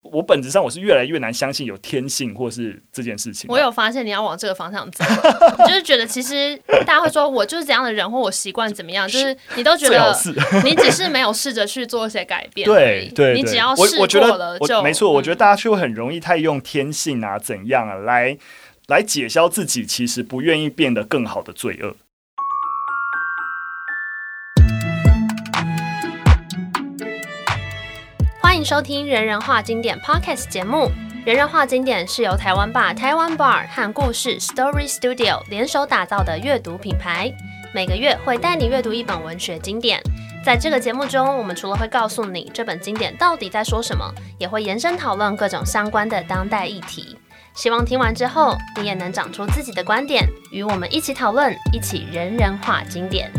我本质上我是越来越难相信有天性或是这件事情。 我有发现你要往这个方向走，就是觉得其实大家会说我就是这样的人，或我习惯怎么样，就是你都觉得你只是没有试着去做一些改变。 对， 你只要试过了就没错。我觉得大家就会很容易太用天性啊怎样啊来解消自己其实不愿意变得更好的罪恶。 欢迎收听人人话经典 Podcast 节目。人人话经典是由台湾吧台湾 Bar 和故事 Story Studio 联手打造的阅读品牌，每个月会带你阅读一本文学经典。在这个节目中，我们除了会告诉你这本经典到底在说什么，也会延伸讨论各种相关的当代议题。希望听完之后，你也能长出自己的观点，与我们一起讨论，一起人人话经典。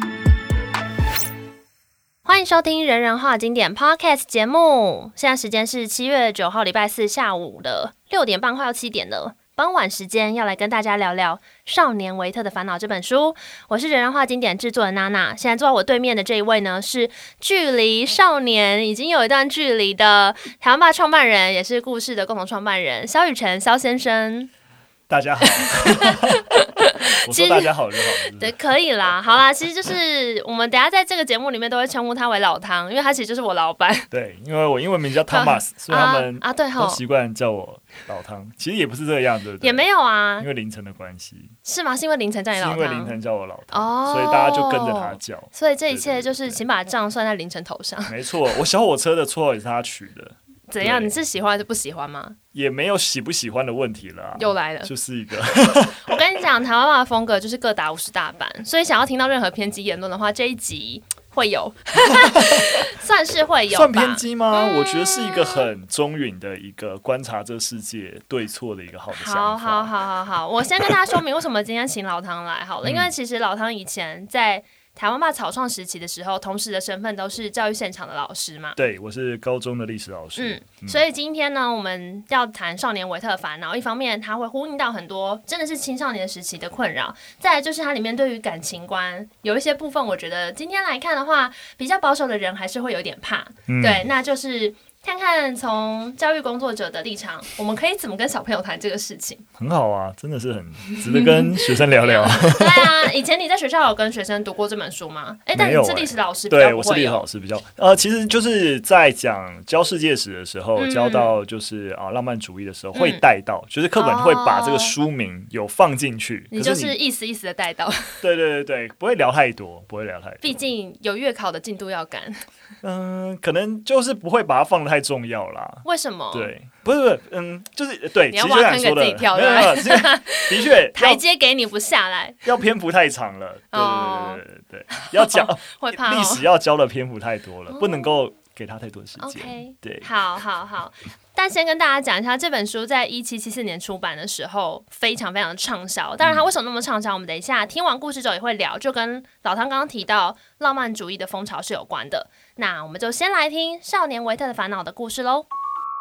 欢迎收听人人话经典 Podcast 节目，现在时间是7月9号礼拜四下午的6点半，快要7点了。傍晚时间要来跟大家聊聊《少年维特的烦恼》这本书。我是人人话经典制作人娜娜，现在坐在我对面的这一位呢，是距离少年已经有一段距离的台湾吧创办人，也是故事的共同创办人萧雨辰萧先生。 大家好。我说大家好就好了。 对，可以啦。好啦，其实就是我们等一下在这个节目里面都会称呼他为老汤，因为他其实就是我老板。 对，因为我英文名叫 Thomas， 所以他们都习惯叫我老汤。其实也不是这个样子，对不对？ 也没有啊， 因为凌晨的关系。 是吗？是因为凌晨叫你老汤？ 是因为凌晨叫我老汤，所以大家就跟着他叫。 所以这一切就是请把账算在凌晨头上。 没错，我小火车的绰号也是他取的。 怎样？你是喜欢还是不喜欢吗？ 也没有喜不喜欢的问题了， 又来了， 就是一个。 我跟你讲，台湾话的风格就是各打50大板，所以想要听到任何偏激言论的话，这一集会有，算是会有吧。 算偏激吗？我觉得是一个很中允的一个观察这世界对错的一个好的想法。 好，我先跟大家说明为什么今天请老汤来好了，因为其实老汤以前在台湾吧草创时期的时候，同时的身份都是教育现场的老师嘛。 对，我是高中的历史老师。 所以今天呢，我们要谈少年维特的烦恼。一方面，它会呼应到很多真的是青少年时期的困扰；再来就是它里面对于感情观有一些部分，我觉得今天来看的话，比较保守的人还是会有点怕。对，那就是看看从教育工作者的立场，我们可以怎么跟小朋友谈这个事情。 很好啊，真的是很值得跟学生聊聊。 对啊，以前你在学校有跟学生读过这本书吗？但你是历史老师， 对，我是历史老师，比较其实就是在教世界史的时候，教到就是浪漫主义的时候，会带到，就是课本会把这个书名有放进去， 你就是意思意思的带到。 对，不会聊太多， 毕竟有月考的进度要赶。 可能就是不会把它放得太重要啦。 为什么？ 对，不是，就是对， 你要挖坑给自己跳， 没有，的确， 台阶给你不下来， 要篇幅太长了。对，要教历史要教的篇幅太多了，不能够给他太多时间。 OK， 对， 好。但先跟大家讲一下，这本书在1774年出版的时候非常非常的畅销。当然，它为什么那么畅销，我们等一下听完故事之后也会聊，就跟老汤刚刚提到浪漫主义的风潮是有关的。那我们就先来听《少年维特的烦恼》的故事喽。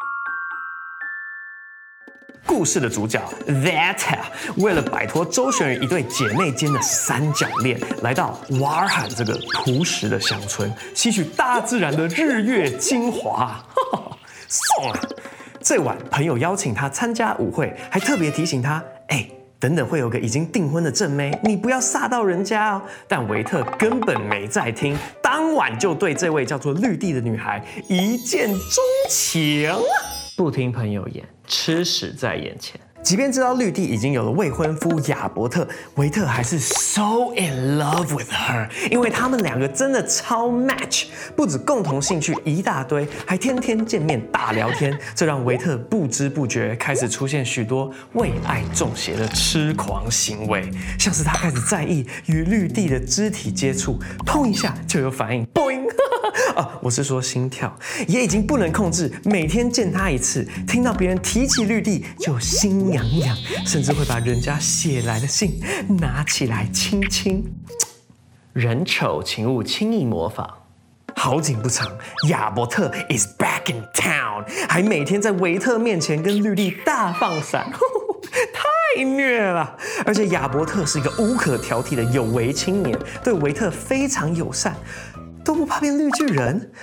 故事的主角 Veta 为了摆脱周旋于一对姐妹间的三角恋，来到瓦尔罕这个朴实的乡村，吸取大自然的日月精华。送啊！这晚朋友邀请他参加舞会，还特别提醒他：等等会有个已经订婚的正妹，你不要煞到人家哦。但维特根本没在听，当晚就对这位叫做绿地的女孩一见钟情。不听朋友言，吃屎在眼前。即便知道绿地已经有了未婚夫亚伯特，维特还是 so in love with her， 因为他们两个真的超 match， 不止共同兴趣一大堆，还天天见面大聊天，这让维特不知不觉开始出现许多为爱中邪的痴狂行为，像是他开始在意与绿地的肢体接触，碰一下就有反应，boing 我是说心跳，也已经不能控制，每天见他一次，听到别人提起绿地就心痒痒，甚至会把人家写来的信拿起来亲亲。人丑请勿轻易模仿。好景不长，亚伯特 is back in town， 还每天在维特面前跟绿地大放闪，太虐了。而且亚伯特是一个无可挑剔的有为青年，对维特非常友善，都不怕变绿巨人。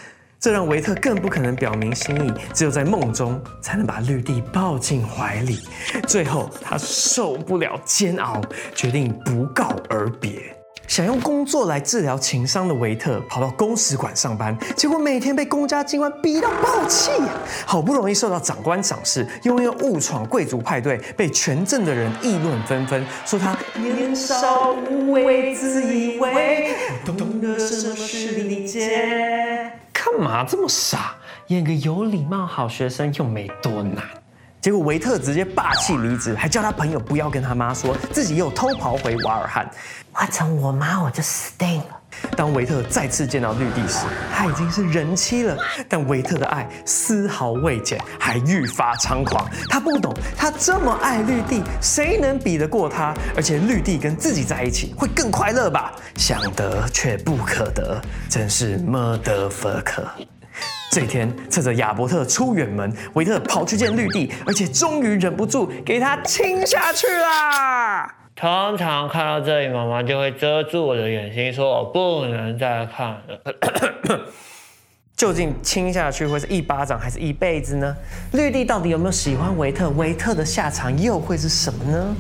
这让维特更不可能表明心意，只有在梦中才能把绿地抱进怀里。最后，他受不了煎熬，决定不告而别。想用工作来治疗情伤的维特跑到公使馆上班，结果每天被公家机关逼到爆气。好不容易受到长官赏识，又因为误闯贵族派对，被全镇的人议论纷纷，说他年少无畏，自以为懂得什么是理解。干嘛这么傻？演个有礼貌好学生又没多难。结果维特直接霸气离职，还叫他朋友不要跟他妈说自己又偷跑回瓦尔汉。换成我妈我就死定了。当维特再次见到绿地时，他已经是人妻了，但维特的爱丝毫未减，还愈发猖狂。他不懂，他这么爱绿地，谁能比得过他？而且绿地跟自己在一起会更快乐吧？想得却不可得，真是 motherfucker。这一天，趁着亚伯特出远门，维特跑去见绿地，而且终于忍不住给他亲下去啦。 通常看到这里，妈妈就会遮住我的眼睛，说我不能再看了。 究竟亲下去会是一巴掌还是一辈子呢？绿地到底有没有喜欢维特？维特的下场又会是什么呢？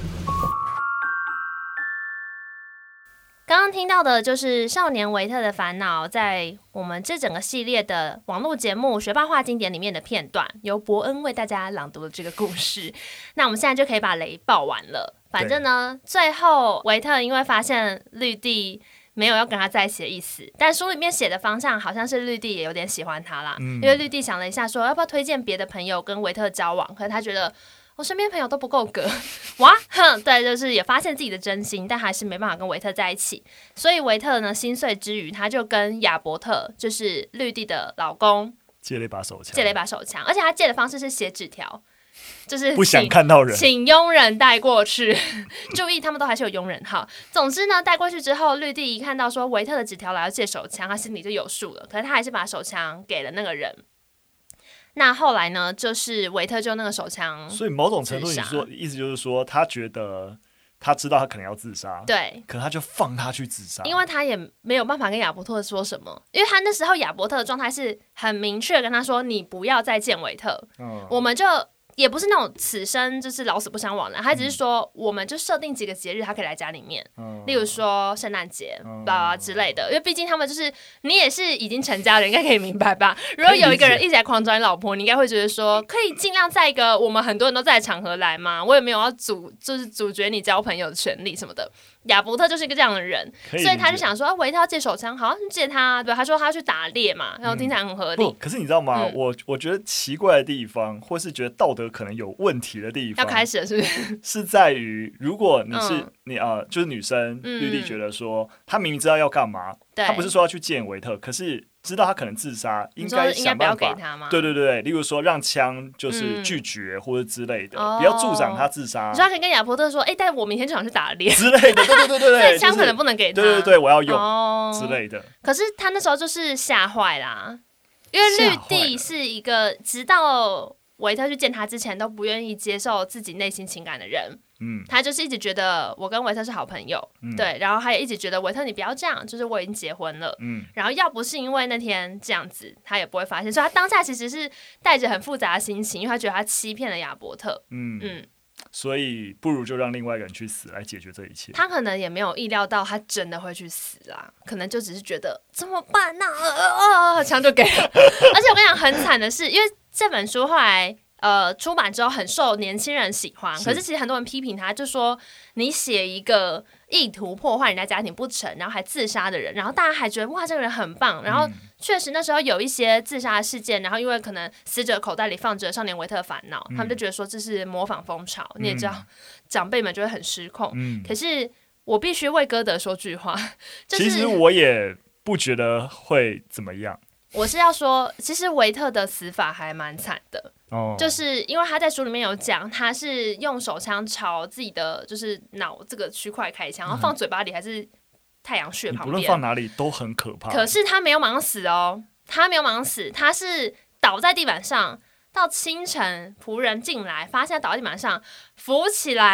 刚刚听到的就是《少年维特的烦恼》在我们这整个系列的网络节目《学霸话经典》里面的片段，由伯恩为大家朗读的这个故事。那我们现在就可以把雷爆完了。反正呢，最后维特因为发现绿地没有要跟他在一起的意思，但书里面写的方向好像是绿地也有点喜欢他啦。因为绿地想了一下说要不要推荐别的朋友跟维特交往，可是他觉得我身边朋友都不够格，哇，对，就是也发现自己的真心，但还是没办法跟维特在一起。所以维特呢，心碎之余，他就跟亚伯特，就是绿地的老公， 借了一把手枪， 而且他借的方式是写纸条，就是不想看到人， 请佣人带过去。注意，他们都还是有佣人哈。总之呢，带过去之后，绿地一看到说维特的纸条来要借手枪，他心里就有数了。可是他还是把手枪给了那个人。那后来呢？就是维特就那个手枪， 所以某种程度你说意思就是说，他觉得他知道他可能要自杀， 对， 可他就放他去自杀， 因为他也没有办法跟亚伯特说什么，因为他那时候亚伯特的状态是很明确跟他说，你不要再见维特，我们就。也不是那种此生就是老死不相往来，他只是说我们就设定几个节日，他可以来家里面，例如说圣诞节之类的，因为毕竟他们就是你也是已经成家了，应该可以明白吧？如果有一个人一直在狂找你老婆，你应该会觉得说，可以尽量在一个我们很多人都在的场合来吗？我也没有要阻绝你交朋友的权利什么的。亚伯特就是一个这样的人，所以他就想说，维特要借手枪，好像借他，对，他说他要去打猎嘛，然后听起来很合理。 可是你知道吗？我觉得奇怪的地方，或是觉得道德可能有问题的地方， 要开始了是不是？ 是在于，如果你是就是女生，绿地觉得说，她明明知道要干嘛，她不是说要去见维特，可是知道他可能自杀，应该想办法，对，例如说让枪就是拒绝或者之类的，不要助长他自杀。 你说他可以跟亚伯特说，但我明天就想去打猎之类的，对， 所以枪可能不能给他， 对，我要用之类的。 可是他那时候就是吓坏啦，因为绿地是一个直到维特去见他之前都不愿意接受自己内心情感的人。他就是一直觉得我跟维特是好朋友，对，然后他也一直觉得维特你不要这样，就是我已经结婚了，然后要不是因为那天这样子，他也不会发现，所以他当下其实是带着很复杂的心情，因为他觉得他欺骗了亚伯特， 所以不如就让另外一个人去死来解决这一切。 他可能也没有意料到他真的会去死啦，可能就只是觉得怎么办呢？枪就给了，而且我跟你讲很惨的是，因为这本书后来。出版之后很受年轻人喜欢，可是其实很多人批评他，就说你写一个意图破坏人家家庭不成，然后还自杀的人，然后大家还觉得哇这个人很棒，然后确实那时候有一些自杀的事件，然后因为可能死者口袋里放着少年维特的烦恼，他们就觉得说这是模仿风潮，你也知道长辈们就会很失控，可是我必须为歌德说句话，就是其实我也不觉得会怎么样。 我是要说，其实维特的死法还蛮惨的，就是因为他在书里面有讲，他是用手枪朝自己的就是脑这个区块开枪，然后放嘴巴里还是太阳穴旁边， 不论放哪里都很可怕。 可是他没有马上死哦，他没有马上死，他是倒在地板上，到清晨仆人进来发现他倒在地板上，扶起来。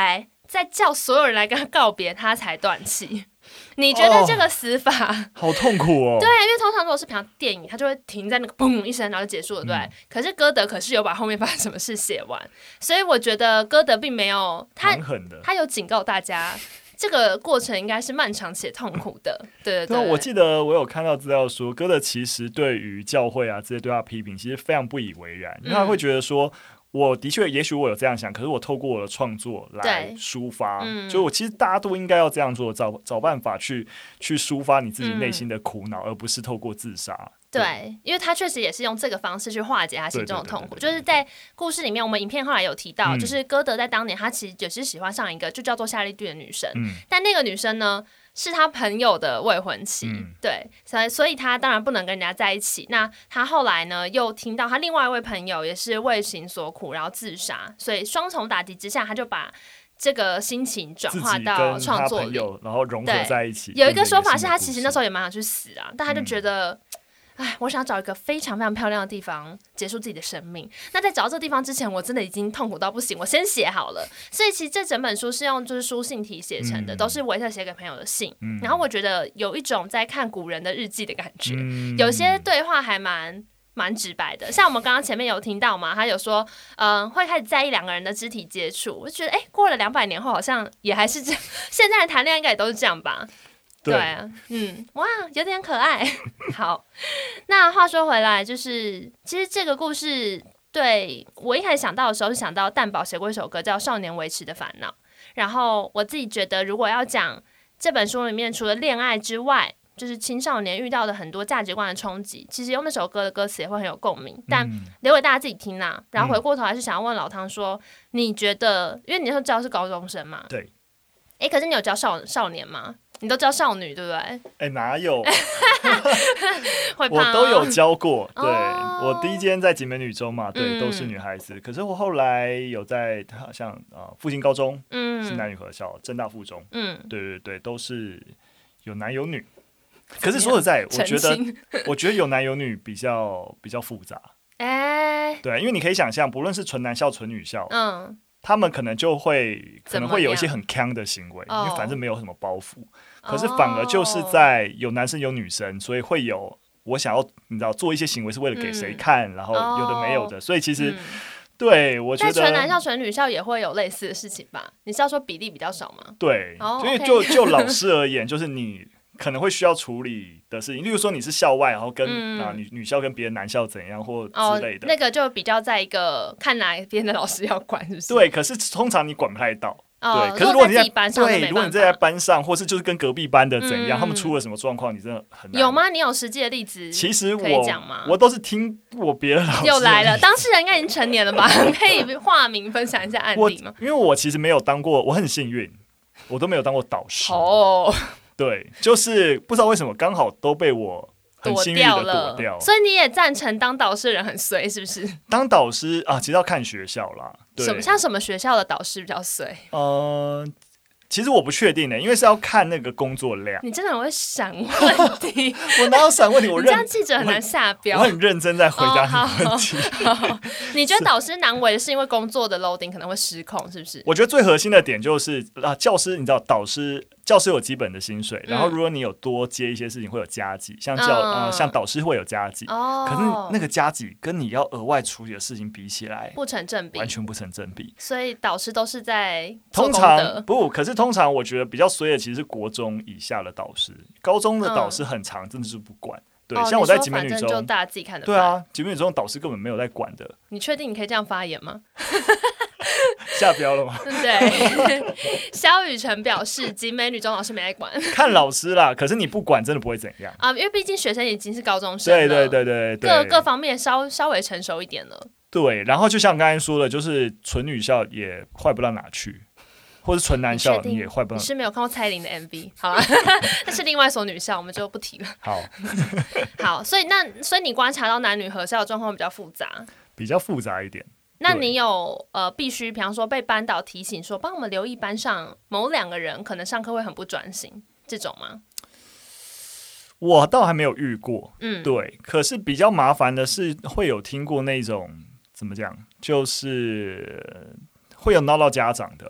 在叫所有人来跟他告别，他才断气。你觉得这个死法、 好痛苦哦？ 对，因为通常如果是平常电影，它就会停在那个砰一声，然后就结束了，对。可是歌德可是有把后面发生什么事写完，所以我觉得歌德并没有蛮狠的， 他有警告大家。这个过程应该是漫长且痛苦的，对。 我记得我有看到资料说，歌德其实对于教会啊这些对他批评，其实非常不以为然，因为他会觉得说，我的确也许我有这样想，可是我透过我的创作来抒发，就我其实大家都应该要这样做，找办法去抒发你自己内心的苦恼，而不是透过自杀。 对，因为他确实也是用这个方式去化解他心中的痛苦。就是在故事里面，我们影片后来有提到，就是歌德在当年他其实也是喜欢上一个就叫做夏丽蒂的女生，但那个女生呢是他朋友的未婚妻，对，所以他当然不能跟人家在一起。那他后来呢又听到他另外一位朋友也是为情所苦，然后自杀，所以双重打击之下，他就把这个心情转化到创作里， 然后融合在一起。 有一个说法是他其实那时候也蛮想去死啊，但他就觉得。我想要找一个非常非常漂亮的地方结束自己的生命。那在找到这个地方之前，我真的已经痛苦到不行，我先写好了。所以其实这整本书是用就是书信体写成的，都是维特写给朋友的信。然后我觉得有一种在看古人的日记的感觉，有些对话还蛮直白的。像我们刚刚前面有听到嘛，他有说会开始在意两个人的肢体接触。我就觉得过了200年后好像也还是这样，现在人谈恋爱应该也都是这样吧。对啊，哇，有点可爱。好，那话说回来，就是其实这个故事对我一开始想到的时候是想到蛋堡写过一首歌叫《少年维持的烦恼》，然后我自己觉得如果要讲这本书里面除了恋爱之外，就是青少年遇到的很多价值观的冲击，其实用那首歌的歌词也会很有共鸣，但留给大家自己听啦。然后回过头还是想要问老汤说，你觉得，因为你那时候教的是高中生嘛， 对， 可是你有教少年吗？你都教少女对不对？ 哪有？ 会怕我都有教过。对，我第一间在景美女中嘛，对，都是女孩子。可是我后来有在好像复兴高中，是男女合校，政大附中，对，都是有男有女。可是说实在，我觉得有男有女比较复杂。对，因为你可以想象，不论是纯男校、纯女校，他们可能可能会有一些很鏘的行为，因为反正没有什么包袱。可是反而就是在有男生有女生，所以会有我想要你知道做一些行为是为了给谁看，然后有的没有的，所以其实对我觉得， 在纯男校、纯女校也会有类似的事情吧？你是要说比例比较少吗？ 对，因为就老师而言，就是你可能会需要处理的事情，例如说你是校外，然后跟女校跟别的男校怎样或之类的， 那个就比较在一个看哪边的老师要管，是不是？ 对，可是通常你管不太到。对，可是如果你在班上，如果你在班上，或是就是跟隔壁班的怎样，他们出了什么状况，你真的很难。 有吗？你有实际的例子？ 其实可以讲吗？ 我都是听我别的老师。 又来了，当事人应该已经成年了吧？可以化名分享一下案例吗？ 因为我其实没有当过，我很幸运，我都没有当过导师。对，就是不知道为什么刚好都被我很幸运的躲掉， 所以你也赞成当导师的人很衰，是不是？ 当导师其实要看学校啦。对， 像什么学校的导师比较衰？ 其实我不确定因为是要看那个工作量。 你真的很会闪问题。 我哪有闪问题？ 你这样记者很难下标。 我很认真在回答你的问题。 你觉得导师难为是因为工作的 loading 可能会失控，是不是？ 我觉得最核心的点就是教师，你知道教师有基本的薪水，然后如果你有多接一些事情会有加给，像导师会有加给，可是那个加给跟你要额外处理的事情比起来不成正比， 完全不成正比。 所以导师都是在通常不，可是通常我觉得比较衰的其实是国中以下的导师，高中的导师很长，真的是不管。对，像我在景美女中， 就大家自己看的。 对啊，景美女中导师根本没有在管的。 你确定你可以这样发言吗？ 下标了吗？ 对，萧雨辰表示景美女中老师没在管， 看老师啦。可是你不管真的不会怎样因为毕竟学生已经是高中生了， 对， 各方面稍微成熟一点了。 对，然后就像刚才说的，就是纯女校也坏不到哪去。或是纯男校你也坏不到。 你是没有看过蔡依林的 MV 好吧？那是另外一所女校，我们就不提了。好，所以你观察到男女合校的状况比较复杂一点。 那你有必须比方说被班导提醒说帮我们留意班上某2个人可能上课会很不专心这种吗？ 我倒还没有遇过，对。可是比较麻烦的是会有听过那种怎么讲，就是会有闹到家长的啦。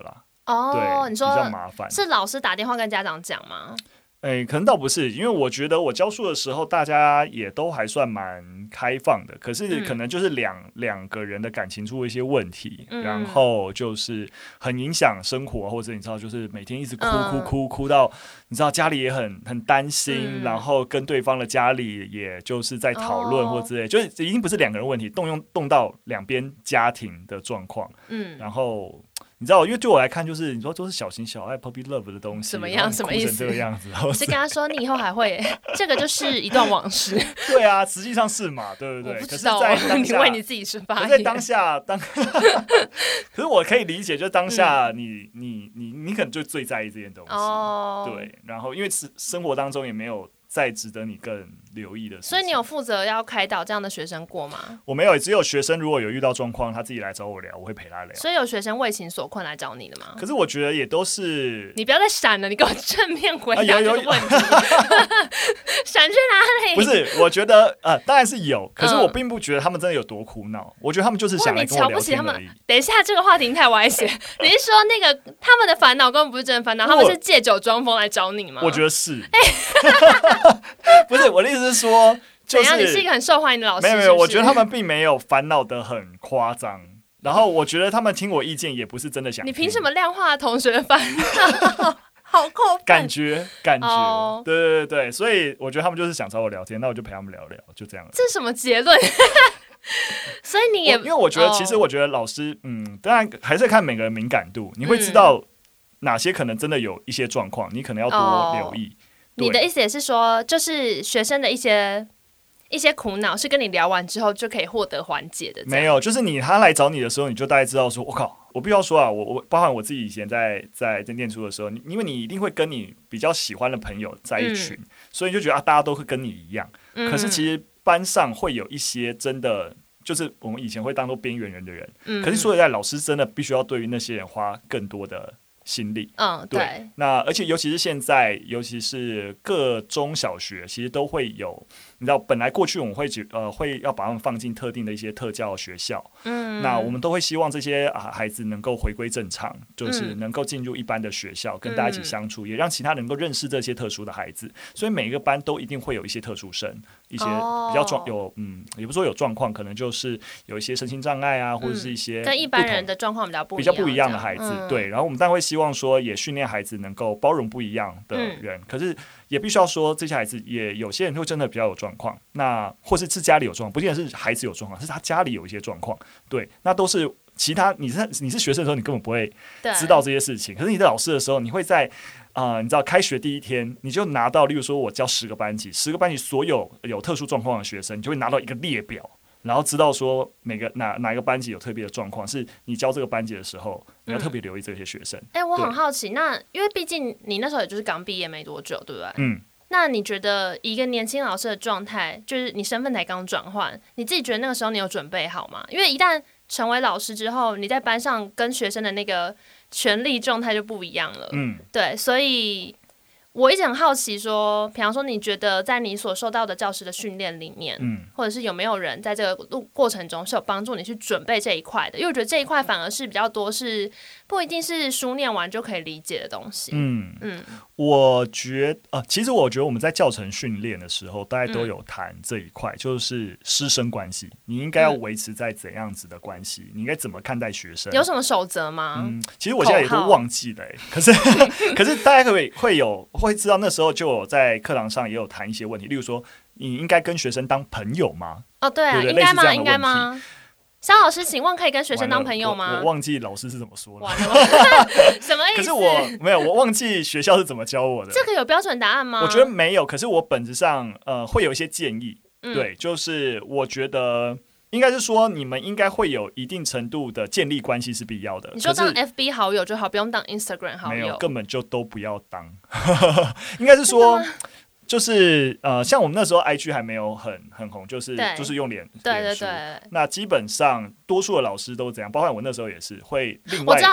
对，你说比较麻烦。 是老师打电话跟家长讲吗？ 可能倒不是，因为我觉得我教书的时候，大家也都还算蛮开放的，可是可能就是两个人的感情出了一些问题，然后就是很影响生活，或者你知道，就是每天一直哭到你知道家里也很担心，然后跟对方的家里也就是在讨论或之类，就是已经不是两个人问题，动到两边家庭的状况，然后。你知道，因为对我来看，就是你说都是小情小爱 puppy love 的东西， 什么样？什么意思？ 这个样子， 我是跟他说，你以后还会，这个就是一段往事。 对啊，实际上是嘛，对不对？ 我不知道，可是在当下，你为你自己是发言。 在当下，可是我可以理解，就是当下你可能就最在意这件东西，对。然后，因为生活当中也没有再值得你更留意的事情。 所以你有负责要开导这样的学生过吗？ 我没有，只有学生如果有遇到状况，他自己来找我聊，我会陪他聊。 所以有学生为情所困来找你的吗？ 可是我觉得也都是， 你不要再闪了，你给我正面回答这个问题。闪去哪里？ 不是，我觉得当然是有，可是我并不觉得他们真的有多苦恼。我觉得他们就是想来跟我聊天而已。 等一下，这个话题太歪斜。你是说那个他们的烦恼根本不是真的烦恼，他们是借酒装疯来找你吗？ 我觉得是。不是，我的意思是说，就是怎样？你是一个很受欢迎的老师， 没有，我觉得他们并没有烦恼得很夸张。然后我觉得他们听我意见也不是真的想听。 你凭什么量化同学的烦恼？好过分！ 感觉，对，所以我觉得他们就是想找我聊天，那我就陪他们聊聊，就这样。 这是什么结论？所以你也因为我觉得，其实我觉得老师，当然还是看每个人敏感度，你会知道哪些可能真的有一些状况，你可能要多留意。 你的意思也是说，就是学生的一些苦恼是跟你聊完之后就可以获得缓解的？ 没有，就是他来找你的时候，你就大概知道说，我靠，我必须要说啊，我包含我自己以前在念书的时候，因为你一定会跟你比较喜欢的朋友在一群，所以你就觉得大家都会跟你一样。可是其实班上会有一些真的，就是我们以前会当作边缘人的人。可是说实在，老师真的必须要对于那些人花更多的心力。对。那而且尤其是现在，尤其是各中小学，其实都会有。你知道，本来过去我们会要把他们放进特定的一些特教学校，那我们都会希望这些孩子能够回归正常，就是能够进入一般的学校，跟大家一起相处，也让其他人能够认识这些特殊的孩子。所以每一个班都一定会有一些特殊生，一些比较也不是说有状况，可能就是有一些身心障碍啊，或者是一些跟一般人的状况比较不一样的孩子。对，然后我们当然会希望说，也训练孩子能够包容不一样的人，可是也必须要说，这些孩子也有些人会真的比较有状况，那或是家里有状况，不见得是孩子有状况，是他家里有一些状况。对，那都是其他你是学生的时候，你根本不会知道这些事情。可是你的老师的时候，你会在你知道开学第一天，你就拿到，例如说我教10个班级所有特殊状况的学生，你就会拿到一个列表。然后知道说哪一个班级有特别的状况，是你教这个班级的时候，你要特别留意这些学生。 我很好奇，那因为毕竟你那时候也就是刚毕业没多久，对不对？那你觉得一个年轻老师的状态，就是你身份才刚转换，你自己觉得那个时候你有准备好吗？因为一旦成为老师之后，你在班上跟学生的那个权力状态就不一样了。对，所以我一直很好奇说，比方说你觉得在你所受到的教师的训练里面，或者是有没有人在这个过程中是有帮助你去准备这一块的？因为我觉得这一块反而是比较多是不一定是书念完就可以理解的东西。 我觉得其实我觉得我们在教程训练的时候，大家都有谈这一块，就是师生关系，你应该要维持在怎样子的关系？你应该怎么看待学生？ 有什么守则吗？ 其实我现在也都忘记了可是大家会知道那时候就有在课堂上也有谈一些问题，例如说你应该跟学生当朋友吗？ 对啊， 对， 应该吗？肖老师，请问可以跟学生当朋友吗？ 我忘记老师是怎么说了。 什么意思？ 可是我忘记学校是怎么教我的。 这个有标准答案吗？ 我觉得没有，可是我本质上会有一些建议。对，就是我觉得应该是说你们应该会有一定程度的建立关系是必要的。 你说当 FB 好友就好，不用当 Instagram 好友。 没有，根本就都不要当。应该是说。就是像我们那时候 IG 还没有很红，就是用脸书。那基本上多数的老师都这样，包括我那时候也是会另外。 我知道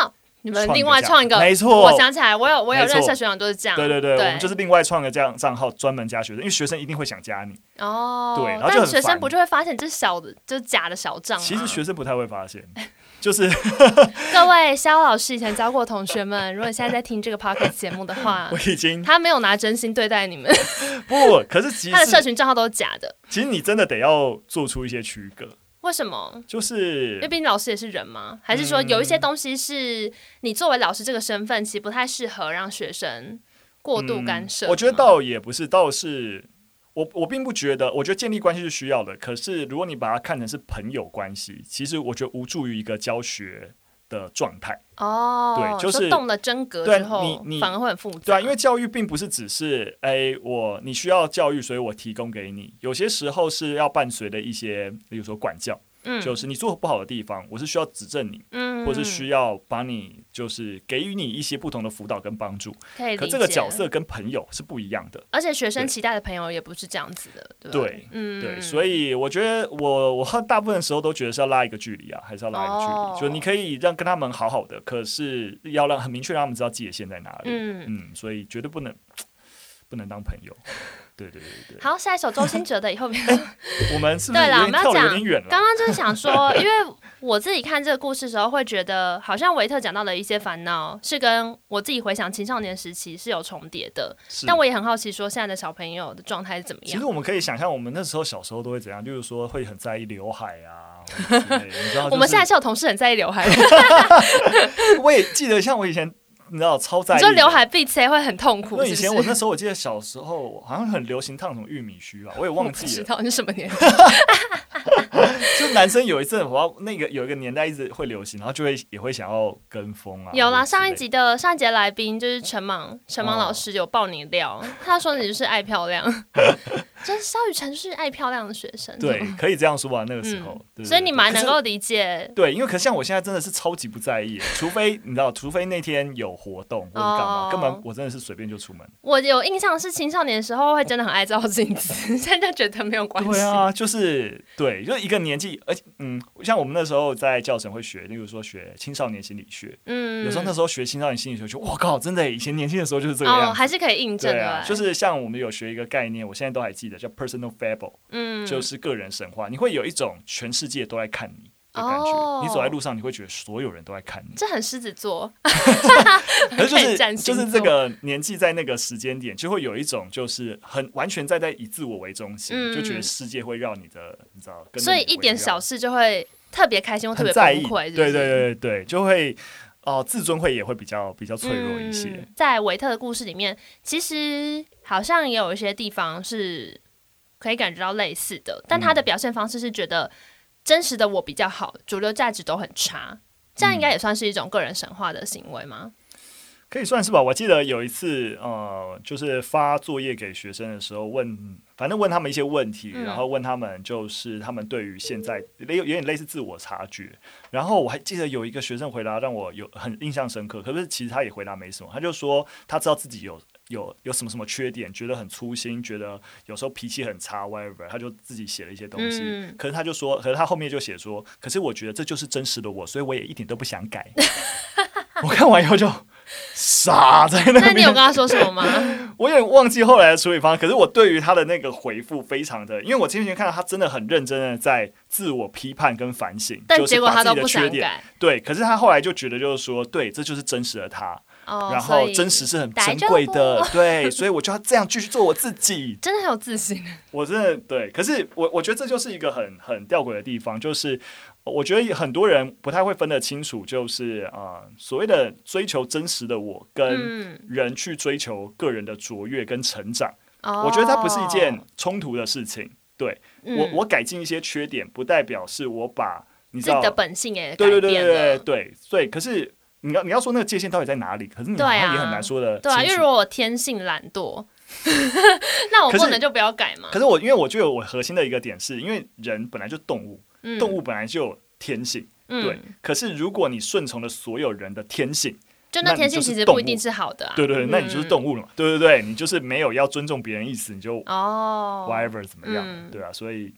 你们另外创一个， 没错， 我想起来，我有认识的学长都是这样。 对，我们就是另外创个这样账号，专门加学生，因为学生一定会想加你。对，然后就很烦。但学生不就会发现这是小的，就是假的小账。 其实学生不太会发现，就是各位肖老师以前教过同学们，如果现在在听这个 podcast 节目的话，他没有拿真心对待你们。 不，可是其实他的社群账号都是假的。 其实你真的得要做出一些区隔。 为什么？ 就是因为毕竟老师也是人嘛，还是说有一些东西是你作为老师这个身份，其实不太适合让学生过度干涉？ 我觉得倒也不是，倒是我并不觉得，我觉得建立关系是需要的。可是如果你把它看成是朋友关系，其实我觉得无助于一个教学的状态。对，就是动了真格之后，你反而会很复杂。 对啊，因为教育并不是只是你需要教育，所以我提供给你。有些时候是要伴随的一些，比如说管教。就是你做不好的地方，我是需要指正你，或是需要把你就是给予你一些不同的辅导跟帮助。可这个角色跟朋友是不一样的， 而且学生期待的朋友也不是这样子的，对吧？ 对，所以我觉得我大部分时候都觉得是要拉一个距离啊，还是要拉一个距离，就你可以跟他们好好的，可是要很明确让他们知道界限在哪里。所以绝对不能当朋友。对。 好，下一首周兴哲的以后我们是不是有点跳得有点远了？ 刚刚就是想说，因为我自己看这个故事的时候，会觉得好像维特讲到的一些烦恼是跟我自己回想青少年时期是有重叠的。但我也很好奇，说现在的小朋友的状态是怎么样？ 其实我们可以想象，我们那时候小时候都会怎样，就是说会很在意刘海啊。你知道， 我们现在是有同事很在意刘海。 我也记得，像我以前。你知道超在意， 你说刘海闭塞会很痛苦。 因为以前我那时候我记得小时候好像很流行烫什么玉米须吧，我也忘记了。 知道你是什么年代？ 就男生有一阵，有一个年代一直会流行，然后也会想要跟风啊。 有啦，上一集的来宾就是陈芒老师有爆你料，他说你就是爱漂亮，就是萧雨辰是爱漂亮的学生。 对，可以这样说吧，那个时候。 所以你蛮能够理解。 对，因为可像我现在真的是超级不在意，除非那天有活动或者干嘛，根本我真的是随便就出门。 我有印象是青少年的时候会真的很爱照镜子，现在觉得没有关系。 对啊，就是对，就一个年纪，而且像我们那时候在教程会学，例如说学青少年心理学，有时候那时候学青少年心理学，就我靠，真的以前年轻的时候就是这个样子， 还是可以印证的。 就是像我们有学一个概念，我现在都还记得，叫 personal fable，就是个人神话。你会有一种全世界都在看你的感觉，你走在路上，你会觉得所有人都在看你， 这很狮子座。 可是就是这个年纪在那个时间点，就会有一种就是很完全在以自我为中心，就觉得世界会绕你的，你知道， 所以一点小事就会特别开心或特别崩溃， 对，就会自尊也会比较脆弱一些。 在维特的故事里面，其实好像也有一些地方是可以感觉到类似的，但他的表现方式是觉得真实的我比较好，主流价值都很差，这样应该也算是一种个人神话的行为吗？ 可以算是吧。我记得有一次，就是发作业给学生的时候，反正问他们一些问题，然后问他们就是他们对于现在有点类似自我察觉。然后我还记得有一个学生回答让我很印象深刻，可是其实他也回答没什么，他就说他知道自己有什么什么缺点，觉得很粗心，觉得有时候脾气很差 whatever， 他就自己写了一些东西。可是他后面就写说，可是我觉得这就是真实的我，所以我也一点都不想改。我看完以后就傻在那边。 那你有跟他说什么吗？ 我有点忘记后来的处理方式，可是我对于他的那个回复非常的，因为我之前看到他真的很认真的在自我批判跟反省， 但结果他都不想改。 对，可是他后来就觉得就是说，对，这就是真实的他。然后真实是很珍贵的，对，所以我就要这样继续做我自己， 真的很有自信。 我真的对，可是我觉得这就是一个很吊诡的地方，就是我觉得很多人不太会分得清楚，就是所谓的追求真实的我跟人去追求个人的卓越跟成长，我觉得它不是一件冲突的事情。对，我改进一些缺点，不代表是我把你知道自己的本性也改变了。 对，可是。你要说那个界限到底在哪里？可是你好像也很难说的清楚。 对啊，因为如果我天性懒惰，那我不能就不要改嘛。 可是因为我觉得我核心的一个点是，因为人本来就动物，动物本来就有天性，对。可是如果你顺从了所有人的天性， 就那天性其实不一定是好的啊。 对，那你就是动物了嘛，对不对？你就是没有要尊重别人意思，你就whatever 怎么样，对啊。所以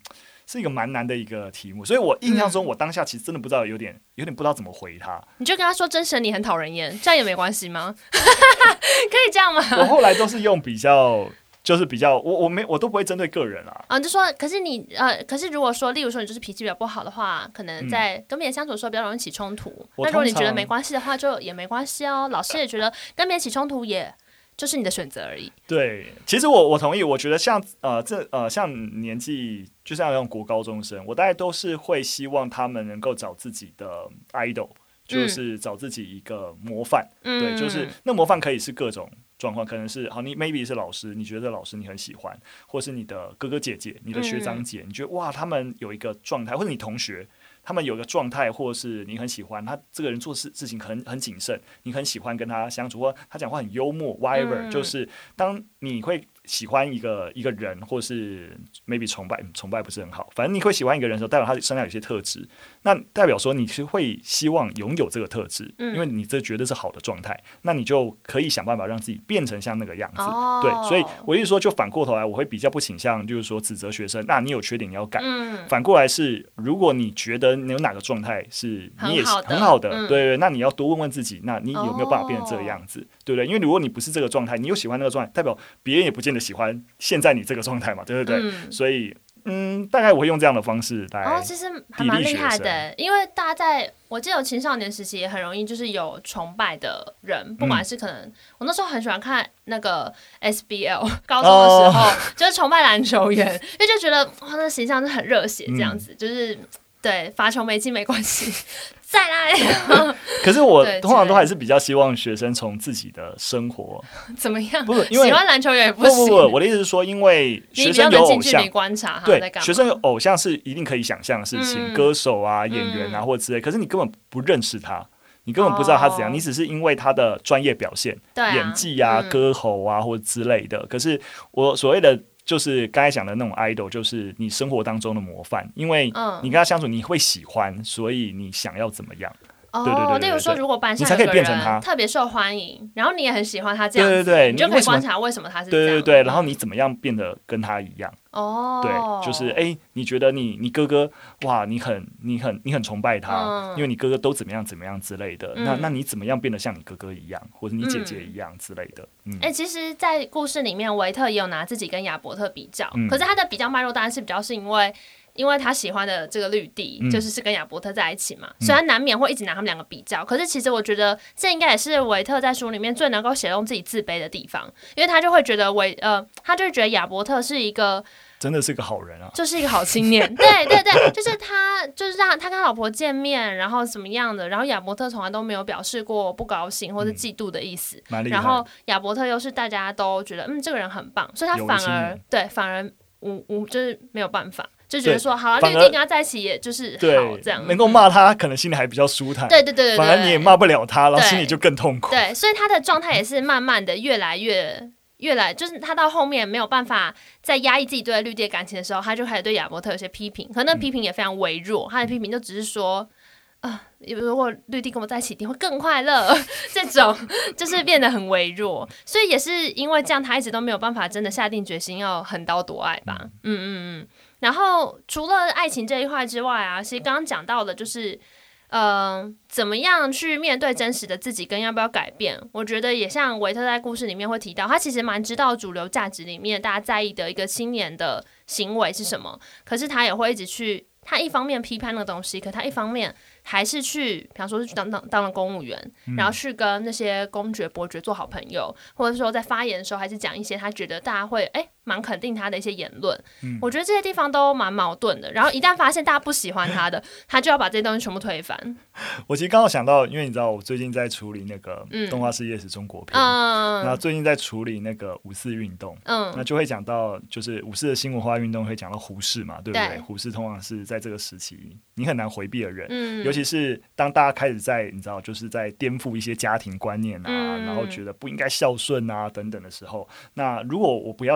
是一个蛮难的一个题目，所以我印象中我当下其实真的不知道，有点不知道怎么回他。 你就跟他说真神你很讨人厌，这样也没关系吗？可以这样吗？ 我后来都是用比较。就是比较，我都不会针对个人啊。 就说，可是如果说，例如说你就是脾气比较不好的话，可能在跟别人相处的时候比较容易起冲突。那如果你觉得没关系的话，就也没关系哦。老师也觉得跟别人起冲突也就是你的选择而已。 对，其实我同意，我觉得像像年纪，就像那种国高中生，我大概都是会希望他们能够找自己的 idol， 就是找自己一个模范。对，就是那模范可以是各种状况，可能是好，你 maybe 是老师，你觉得老师你很喜欢，或是你的哥哥姐姐、你的学长姐，你觉得哇，他们有一个状态，或者你同学他们有一个状态，或是你很喜欢他这个人做事情很谨慎，你很喜欢跟他相处，或他讲话很幽默 whatever，就是当你会喜欢一个人，或是 maybe 崇拜不是很好，反正你会喜欢一个人的时候，代表他身上有些特质，那代表说你是会希望拥有这个特质，因为你这觉得是好的状态，那你就可以想办法让自己变成像那个样子。对，所以我一直说，就反过头来，我会比较不倾向就是说指责学生，那你有缺点你要改。反过来是，如果你觉得你有哪个状态是你也很好的，对，那你要多问问自己，那你有没有办法变成这个样子，对不对？因为如果你不是这个状态，你又喜欢那个状态，代表别人也不见得喜欢现在你这个状态嘛，对不对？所以大概我会用这样的方式来其实还蛮厉害的，因为大家我记得有青少年时期也很容易就是有崇拜的人，不管是可能我那时候很喜欢看那个 SBL， 高中的时候就是崇拜篮球员，因为就觉得哇，那形象是很热血这样子，就是对罚球没进没关系。再来， 可是我通常都还是比较希望学生从自己的生活怎么样？ 不是因为喜欢篮球员也不行。 不，我的意思是说，因为学生有偶像， 观察对，学生有偶像是一定可以想象的事情，歌手啊、演员啊或者之类，可是你根本不认识他。你根本不知道他怎样，你只是因为他的专业表现、演技啊、歌喉啊或者之类的。可是我所谓的就是刚才讲的那种 idol， 就是你生活当中的模范，因为你跟他相处你会喜欢，所以你想要怎么样。对， 例如说，如果班上有个人特别受欢迎，然后你也很喜欢他这样子，对，你就可以观察为什么他是这样。 对，然后你怎么样变得跟他一样？对，就是你觉得你哥哥哇，你很崇拜他，因为你哥哥都怎么样之类的。那你怎么样变得像你哥哥一样，或者你姐姐一样之类的？ 其实，在故事里面，维特也有拿自己跟亚伯特比较，可是他的比较脉络当然是比较是因为他喜欢的这个绿地就是跟亚伯特在一起嘛，所以他难免会一直拿他们两个比较。可是其实我觉得这应该也是维特在书里面最能够显露自己自卑的地方，因为他就会觉得他就会觉得亚伯特是一个真的是个好人啊， 就是一个好青年。对，就是他就是让他跟他老婆见面，然后怎么样的，然后亚伯特从来都没有表示过不高兴或是嫉妒的意思。然后亚伯特又是大家都觉得这个人很棒，所以他反而就是没有办法。就觉得说好了，绿地跟他在一起也就是好这样， 能够骂他可能心里还比较舒坦。 对， 反而你也骂不了他，然后心里就更痛苦。 对，所以他的状态也是慢慢的越来，就是他到后面没有办法在压抑自己对绿地的感情的时候，他就开始对亚伯特有些批评，可那批评也非常微弱，他的批评就只是说如果绿地跟我在一起一定会更快乐，这种就是变得很微弱，所以也是因为这样，他一直都没有办法真的下定决心要横刀夺爱吧。然后除了爱情这一块之外啊，其实刚刚讲到的就是怎么样去面对真实的自己跟要不要改变，我觉得也像维特在故事里面会提到，他其实蛮知道主流价值里面大家在意的一个青年的行为是什么，可是他也会一直去，他一方面批判那个东西，可他一方面还是去，比方说是当了公务员，然后去跟那些公爵伯爵做好朋友，或者说在发言的时候还是讲一些他觉得大家会蛮肯定他的一些言论。我觉得这些地方都蛮矛盾的，然后一旦发现大家不喜欢他的，他就要把这些东西全部推翻。 我其实刚好想到，因为你知道我最近在处理那个动画世界史中国篇，然后最近在处理那个5·4运动，那就会讲到就是5·4的新文化运动会讲到胡适嘛，对不对？胡适通常是在这个时期你很难回避的人，尤其是当大家开始在你知道就是在颠覆一些家庭观念啊，然后觉得不应该孝顺啊等等的时候，那如果我不要现在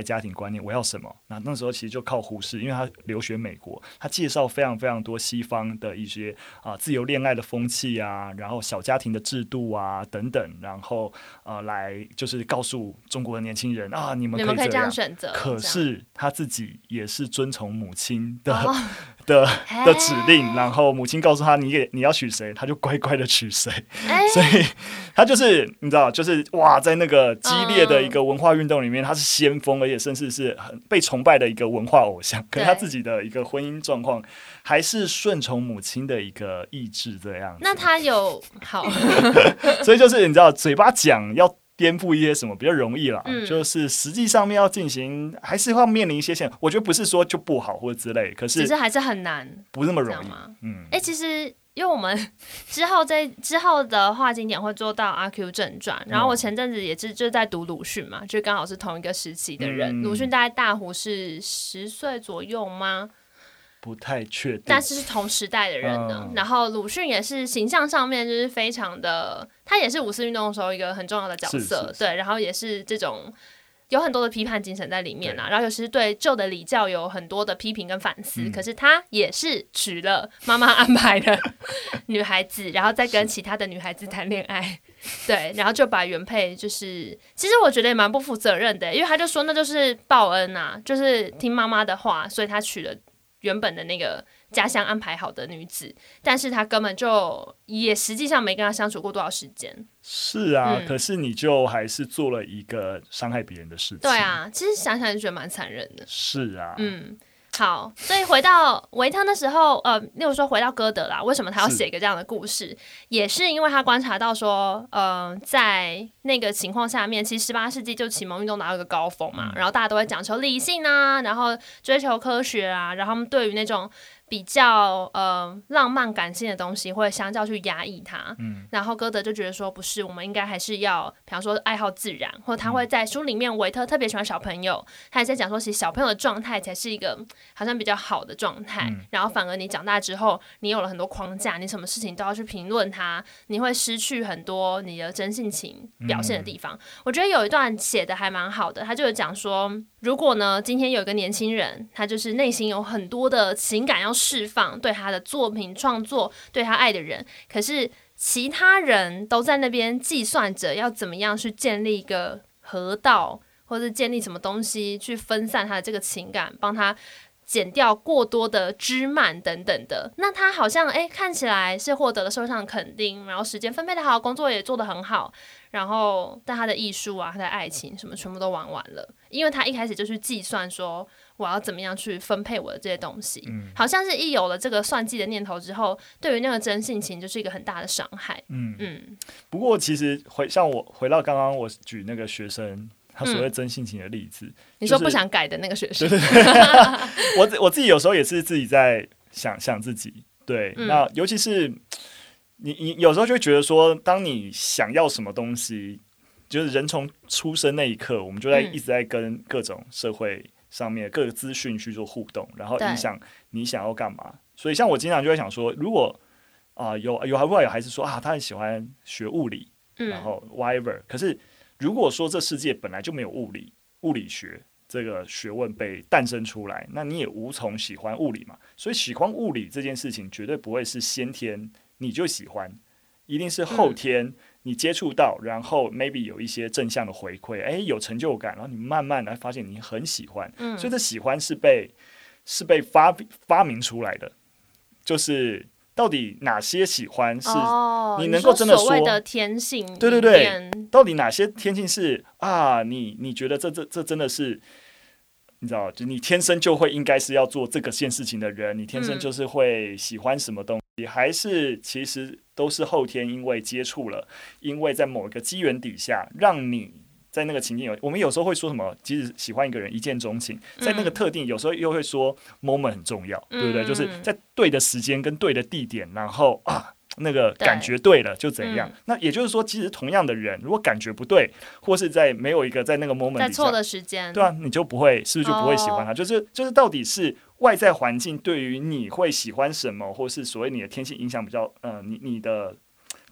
家庭观念，我要什么？那时候其实就靠胡适，因为他留学美国，他介绍非常非常多西方的一些自由恋爱的风气啊，然后小家庭的制度啊等等，然后来就是告诉中国的年轻人你们可以这样选择。 可是他自己也是遵从母亲的指令，然后母亲告诉他你要娶谁，他就乖乖的娶谁，所以他就是你知道，就是哇，在那个激烈的一个文化运动里面，他是先锋，而且甚至是很被崇拜的一个文化偶像。可是他自己的一个婚姻状况还是顺从母亲的一个意志这样子。 那他有好， 所以就是你知道，嘴巴讲要颠覆一些什么比较容易啦，就是实际上面要进行，还是要面临一些限制。我觉得不是说就不好或者之类，可是其实还是很难， 不是那么容易。 其实因为我们之后的话，经典会做到《阿 Q 正传》，然后我前阵子也是就在读鲁迅嘛，就刚好是同一个时期的人。鲁迅大概大胡是10岁左右吗？ 不太确定， 但是同时代的人呢。然后鲁迅也是形象上面就是非常的，他也是五四运动的时候一个很重要的角色，对，然后也是这种有很多的批判精神在里面然后尤其是对旧的礼教有很多的批评跟反思。可是他也是娶了妈妈安排的女孩子，然后再跟其他的女孩子谈恋爱，对，然后就把原配就是其实我觉得也蛮不负责任的，因为他就说那就是报恩就是听妈妈的话，所以他娶了原本的那个家乡安排好的女子，但是他根本就也实际上没跟他相处过多少时间。 是啊，可是你就还是做了一个伤害别人的事情。 对啊，其实想想就觉得蛮残忍的。 是啊， 好，所以回到维特那时候，例如说回到歌德啦，为什么他要写一个这样的故事，也是因为他观察到说，在那个情况下面，其实18世纪就启蒙运动达到一个高峰嘛，然后大家都会讲求理性啊，然后追求科学啊，然后他们对于那种比较浪漫感性的东西会相较去压抑它，然后歌德就觉得说不是，我们应该还是要比方说爱好自然，或者他会在书里面维特特别喜欢小朋友，他也在讲说其实小朋友的状态才是一个好像比较好的状态，然后反而你长大之后你有了很多框架，你什么事情都要去评论它，你会失去很多你的真性情表现的地方。我觉得有一段写的还蛮好的，他就有讲说如果呢今天有一个年轻人，他就是内心有很多的情感要释放，对他的作品创作，对他爱的人，可是其他人都在那边计算着要怎么样去建立一个河道，或者建立什么东西去分散他的这个情感，帮他减掉过多的枝蔓等等的，那他好像看起来是获得了社会上的肯定，然后时间分配的好，工作也做得很好，然后但他的艺术啊，他的爱情什么全部都玩完了，因为他一开始就去计算说我要怎么样去分配我的这些东西，好像是一有了这个算计的念头之后，对于那个真性情就是一个很大的伤害。 不过其实像我回到刚刚我举那个学生他所谓真性情的例子， 你说不想改的那个学生， 我自己有时候也是自己在想自己，对，那尤其是你有时候就会觉得说，当你想要什么东西，就是人从出生那一刻，我们就一直在跟各种社会上面各个资讯去做互动，然后影响你想要干嘛。所以像我经常就会想说，如果有孩子说他很喜欢学物理，然后 whatever， 可是如果说这世界本来就没有物理学这个学问被诞生出来，那你也无从喜欢物理嘛。所以喜欢物理这件事情绝对不会是先天你就喜欢，一定是后天你接触到，然后 maybe 有一些正向的回馈，有成就感，然后你慢慢来发现你很喜欢。所以这喜欢是被发明出来的，就是到底哪些喜欢是你能够真的说所谓的天性， 对，到底哪些天性是你觉得这真的是你知道，就你天生就会应该是要做这个件事情的人，你天生就是会喜欢什么东西，还是其实都是后天因为接触了，因为在某一个机缘底下让你在那个情境我们有时候会说什么，即使喜欢一个人一见钟情，在那个特定有时候又会说 moment 很重要，对不对？就是在对的时间跟对的地点，然后那个感觉对了就怎样。那也就是说，其实同样的人，如果感觉不对，或是在没有一个在那个 moment 底下， 在错的时间， 对啊，你就不会，是不是就不会喜欢他？就是到底是外在环境对于你会喜欢什么，或是所谓你的天性影响比较你的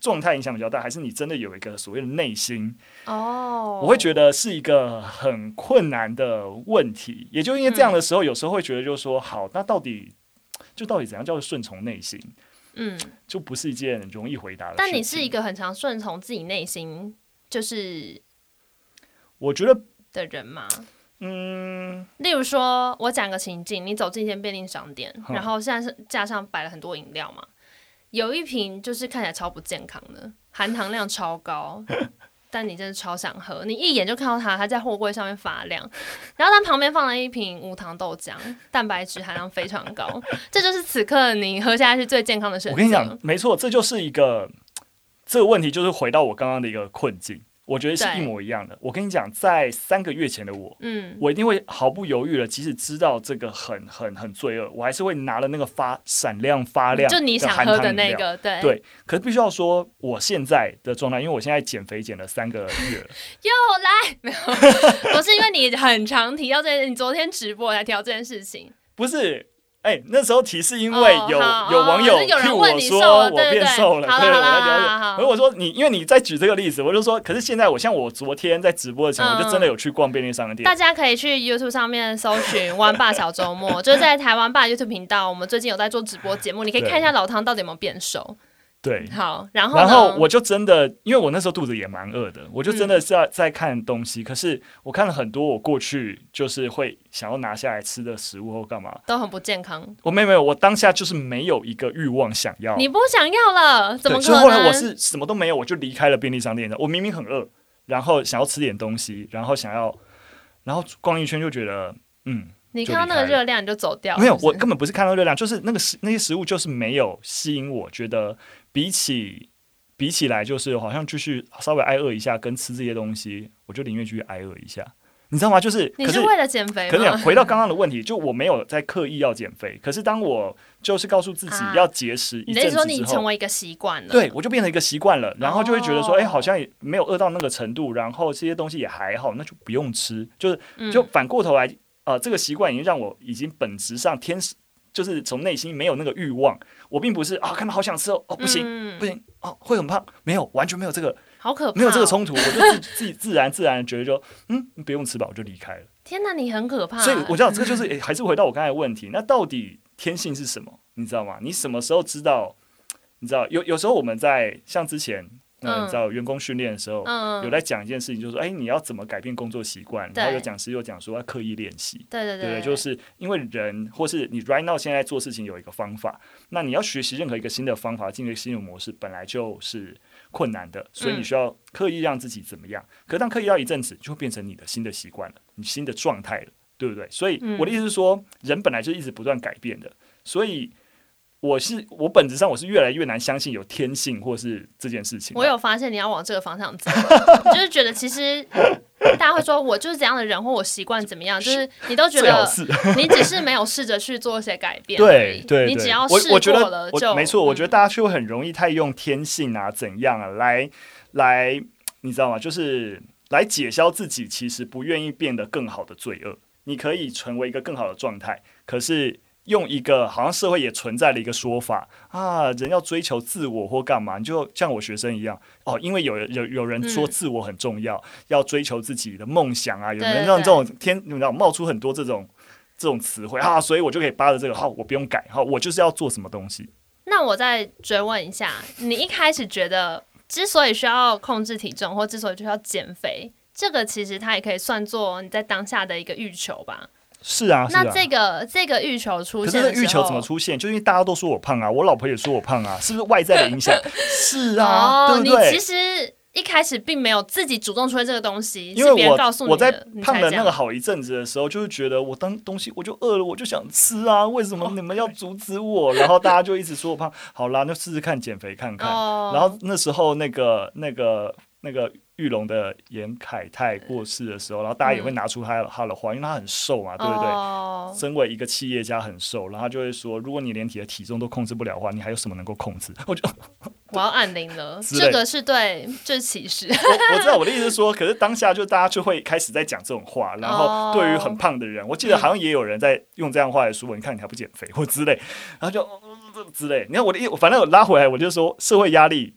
状态影响比较大，还是你真的有一个所谓的内心？我会觉得是一个很困难的问题。也就因为这样的时候，有时候会觉得就是说，好，那到底怎样叫做顺从内心？就不是一件容易回答的事情。 但你是一个很常顺从自己内心，就是我觉得的人吗？例如说，我讲个情境，你走进一间便利商店，然后现在是架上摆了很多饮料嘛，有一瓶就是看起来超不健康的，含糖量超高，但你真的超想喝，你一眼就看到它在货柜上面发亮，然后它旁边放了一瓶无糖豆浆，蛋白质含量非常高，这就是此刻你喝下去最健康的选择。 我跟你讲，没错，这就是这个问题，就是回到我刚刚的一个困境。我觉得是一模一样的。我跟你讲，在3个月前的我一定会毫不犹豫的，即使知道这个很罪恶，我还是会拿了那个闪亮发亮就你想喝的那个， 对。可是必须要说，我现在的状态，因为我现在减肥减了3个月了， 又来没有？不是因为你很常提到这件，你昨天直播才提到这件事事情， 不是。那时候提是因为有网友 cue 我说我变瘦了，对，我在了解。我说因为你在举这个例子，我就说，可是现在我昨天在直播的前，我就真的有去逛便利商店。 大家可以去 YouTube 上面搜寻湾爸小周末，就是在台湾爸 YouTube 频道，我们最近有在做直播节目，你可以看一下老汤到底有没有变瘦。 对， 好，然后我就真的，因为我那时候肚子也蛮饿的，我就真的是在看东西。可是我看了很多我过去就是会想要拿下来吃的食物或干嘛， 都很不健康。 我没有，我当下就是没有一个欲望想要。 你不想要了，怎么可能？ 所以后来我是什么都没有，我就离开了便利商店的。我明明很饿，然后想要吃点东西，然后逛一圈就觉得你看到那个热量你就走掉了。 没有，我根本不是看到热量，就是那些食物就是没有吸引我，觉得比起来就是好像继续稍微挨饿一下，跟吃这些东西，我就宁愿继续挨饿一下，你知道吗？就是你是为了减肥吗？ 可是回到刚刚的问题，就我没有在刻意要减肥，可是当我就是告诉自己要节食一阵子之后， 你是说你成为一个习惯了？ 对，我就变成一个习惯了，然后就会觉得说，好像也没有饿到那个程度，然后这些东西也还好，那就不用吃，就反过头来。这个习惯已经让我已经本质上就是从内心没有那个欲望，我并不是看到好想吃不行会很胖，没有，完全没有这个， 好可怕， 没有这个冲突，我就自己自然的觉得就不用吃吧，我就离开了。 天哪，你很可怕。 所以我知道这个就是还是回到我刚才的问题，那到底天性是什么？你知道吗？你什么时候知道？你知道有时候我们在像之前。你知道员工训练的时候，有在讲一件事情，就是说，你要怎么改变工作习惯？然后有讲师又讲说要刻意练习，对，就是因为人或是你 right now 现在做事情有一个方法，那你要学习任何一个新的方法，进入一个新的模式，本来就是困难的，所以你需要刻意让自己怎么样？可是当刻意到一阵子，就会变成你的新的习惯了，你新的状态了，对不对？所以我的意思是说，人本来就一直不断改变的，所以。我本质上我是越来越难相信有天性或是这件事情。 我有发现你要往这个方向走，就是觉得其实大家会说我就是怎样的人，或我习惯怎么样，就是你都觉得你只是没有试着去做一些改变。 对， 你只要试过了就没错。我觉得大家就会很容易太用天性啊怎样啊来你知道吗？就是来解消自己其实不愿意变得更好的罪恶。你可以成为一个更好的状态，可是。用一个好像社会也存在的一个说法人要追求自我或干嘛，你就像我学生一样因为有人说自我很重要，要追求自己的梦想有人让这种你知道冒出很多这种词汇所以我就可以扒着这个我不用改我就是要做什么东西。 那我再追问一下，你一开始觉得之所以需要控制体重，或之所以需要减肥，这个其实它也可以算作你在当下的一个欲求吧？ 是啊， 那这个欲求出现的时候， 可是这个欲求怎么出现？就是因为大家都说我胖我老婆也说我胖是不是外在的影响？是啊，对不对？ 你其实一开始并没有自己主动出现这个东西， 因为别人告诉你的。 我在胖的那个好一阵子的时候，就是觉得我当东西我就饿了，我就想吃为什么你们要阻止我？然后大家就一直说我胖，好啦，那试试看减肥看看。然后那时候那个玉龙的严凯泰过世的时候，然后大家也会拿出他的话，因为他很瘦嘛，对不对？身为一个企业家很瘦，然后他就会说，如果你连你的体重都控制不了的话，你还有什么能够控制？ 我要按铃了，这个是对，这是歧视。 我知道我的意思是说，可是当下就大家就会开始在讲这种话，然后对于很胖的人，我记得好像也有人在用这样的话来说，你看你还不减肥或之类，然后就之类。你看反正我拉回来，我就说社会压力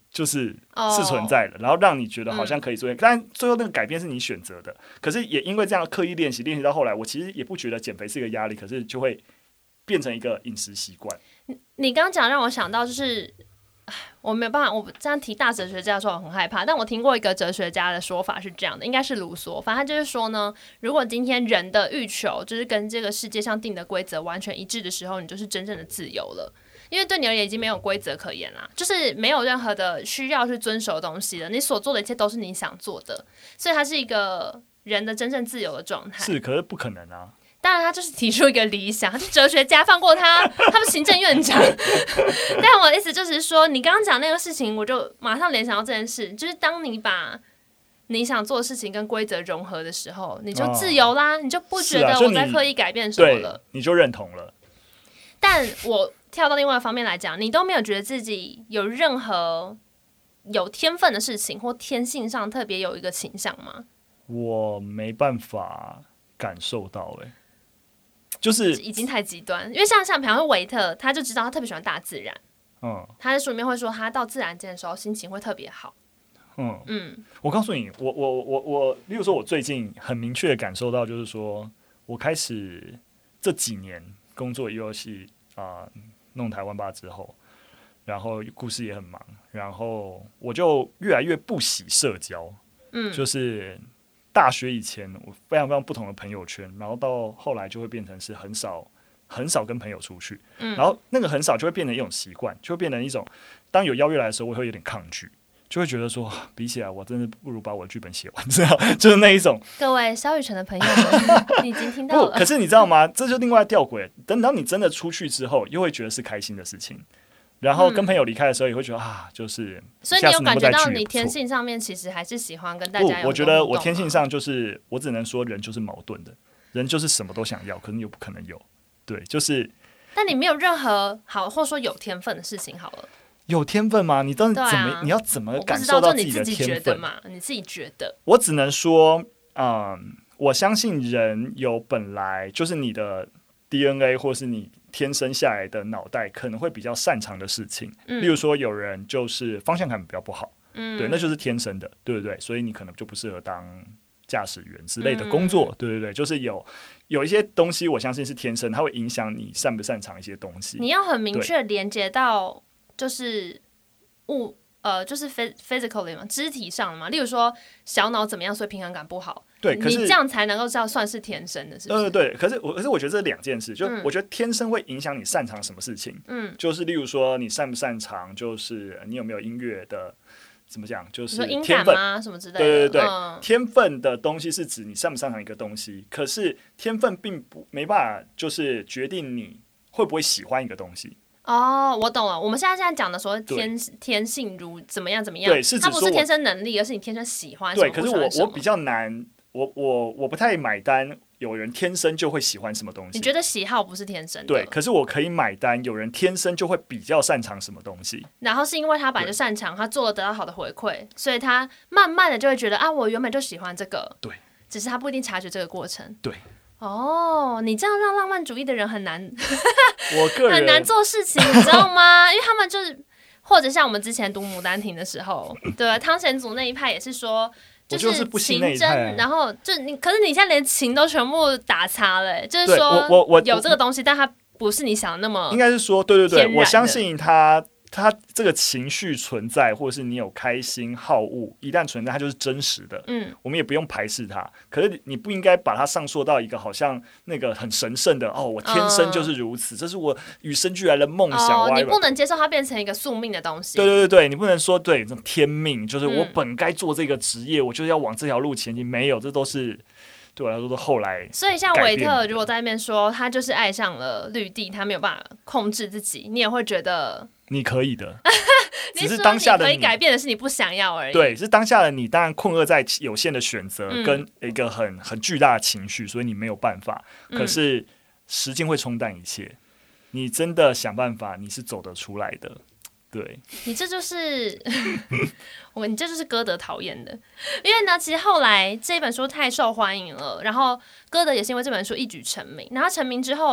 就是是存在的，然后让你觉得好像可以做，但最后那个改变是你选择的。可是也因为这样刻意练习到后来，我其实也不觉得减肥是一个压力，可是就会变成一个饮食习惯。 你刚刚讲让我想到，就是我没有办法，我这样提大哲学家的时候我很害怕，但我听过一个哲学家的说法是这样的，应该是卢梭，反正他就是说呢，如果今天人的欲求就是跟这个世界上定的规则完全一致的时候，你就是真正的自由了。因为对你而言已经没有规则可言啦，就是没有任何的需要去遵守的东西了，你所做的一切都是你想做的，所以它是一个人的真正自由的状态。 是，可是不可能啊。 当然他就是提出一个理想，他是哲学家，放过他，他是行政院长。但我的意思就是说，你刚刚讲那个事情，我就马上联想到这件事，就是当你把你想做的事情跟规则融合的时候，你就自由啦，你就不觉得我在刻意改变什么了， 你就认同了。 但我跳到另外一个方面来讲，你都没有觉得自己有任何有天分的事情或天性上特别有一个倾向吗？ 我没办法感受到就是已经太极端，因为像比方说维特，他就知道他特别喜欢大自然，他在书里面会说他到自然界的时候心情会特别好。 我告诉你，我，例如说，我最近很明确的感受到，就是说我开始这几年工作游戏弄台湾吧之后，然后故事也很忙，然后我就越来越不喜社交，就是大学以前我非常非常不同的朋友圈，然后到后来就会变成是很少跟朋友出去，然后那个很少就会变成一种习惯，就会变成一种当有邀约来的时候，我会有点抗拒。就会觉得说，比起来，我真的不如把我的剧本写完，这样就是那一种。 各位萧雨辰的朋友们，你已经听到了。 可是你知道吗？这就另外吊诡。等到你真的出去之后，又会觉得是开心的事情。然后跟朋友离开的时候，也会觉得就是。 所以你有感觉到你天性上面其实还是喜欢跟大家有。 我觉得我天性上就是，我只能说人就是矛盾的，人就是什么都想要，可是又不可能有。对，就是。 但你没有任何好，或者说有天分的事情好了。 有天分吗？你到底怎么？你要怎么感受到自己的天分嘛？你自己觉得？ 我只能说，我相信人有本来就是你的 DNA 或是你天生下来的脑袋可能会比较擅长的事情。例如说，有人就是方向感比较不好，对，那就是天生的，对不对？所以你可能就不适合当驾驶员之类的工作，对对对，就是有一些东西，我相信是天生，它会影响你擅不擅长一些东西。 你要很明确连接到。就是就是 physically 嘛，肢体上嘛，例如说小脑怎么样，所以平衡感不好。 对，可是你这样才能够算是天生的，是不是？ 对，可是我觉得这两件事，就我觉得天生会影响你擅长什么事情。就是例如说你擅不擅长，就是你有没有音乐的，怎么讲，就是天分啊什么之类的。 对，天分的东西是指你擅不擅长一个东西，可是天分并没办法就是决定你会不会喜欢一个东西。 我懂了。我们现在讲的所谓天性如怎么样，对， 是指它不是天生能力，而是你天生喜欢什么。 对，可是我比较难，我不太买单。有人天生就会喜欢什么东西？ 你觉得喜好不是天生的？ 对，可是我可以买单。有人天生就会比较擅长什么东西， 然后是因为他本来就擅长，他做了得到好的回馈，所以他慢慢的就会觉得我原本就喜欢这个。 对， 只是他不一定察觉这个过程。 对。 你这样让浪漫主义的人很难， 我个人很难做事情，你知道吗？因为他们就是，或者像我们之前读《牡丹亭》的时候，对，汤显祖那一派也是说， 就是情真，然后就可是你现在连情都全部打叉了，就是说我有这个东西，但它不是你想的那么， 应该是说，对，我相信他这个情绪存在，或者是你有开心好恶，一旦存在，它就是真实的。我们也不用排斥它。可是你不应该把它上溯到一个好像那个很神圣的我天生就是如此，这是我与生俱来的梦想。 你不能接受它变成一个宿命的东西。 对，你不能说对这种天命，就是我本该做这个职业，我就是要往这条路前进。没有，这都是。对我来说都后来， 所以像维特如果在那边说他就是爱上了绿地，他没有办法控制自己，你也会觉得你可以的， 只是当下的你可以改变的是你不想要而已。 对，是当下的你当然困厄在有限的选择跟一个很巨大的情绪，所以你没有办法。可是时间会冲淡一切，你真的想办法，你是走得出来的。对， 你这就是你这就是歌德讨厌的，因为呢，其实后来这本书太受欢迎了，然后歌德也是因为这本书一举成名，然后成名之后，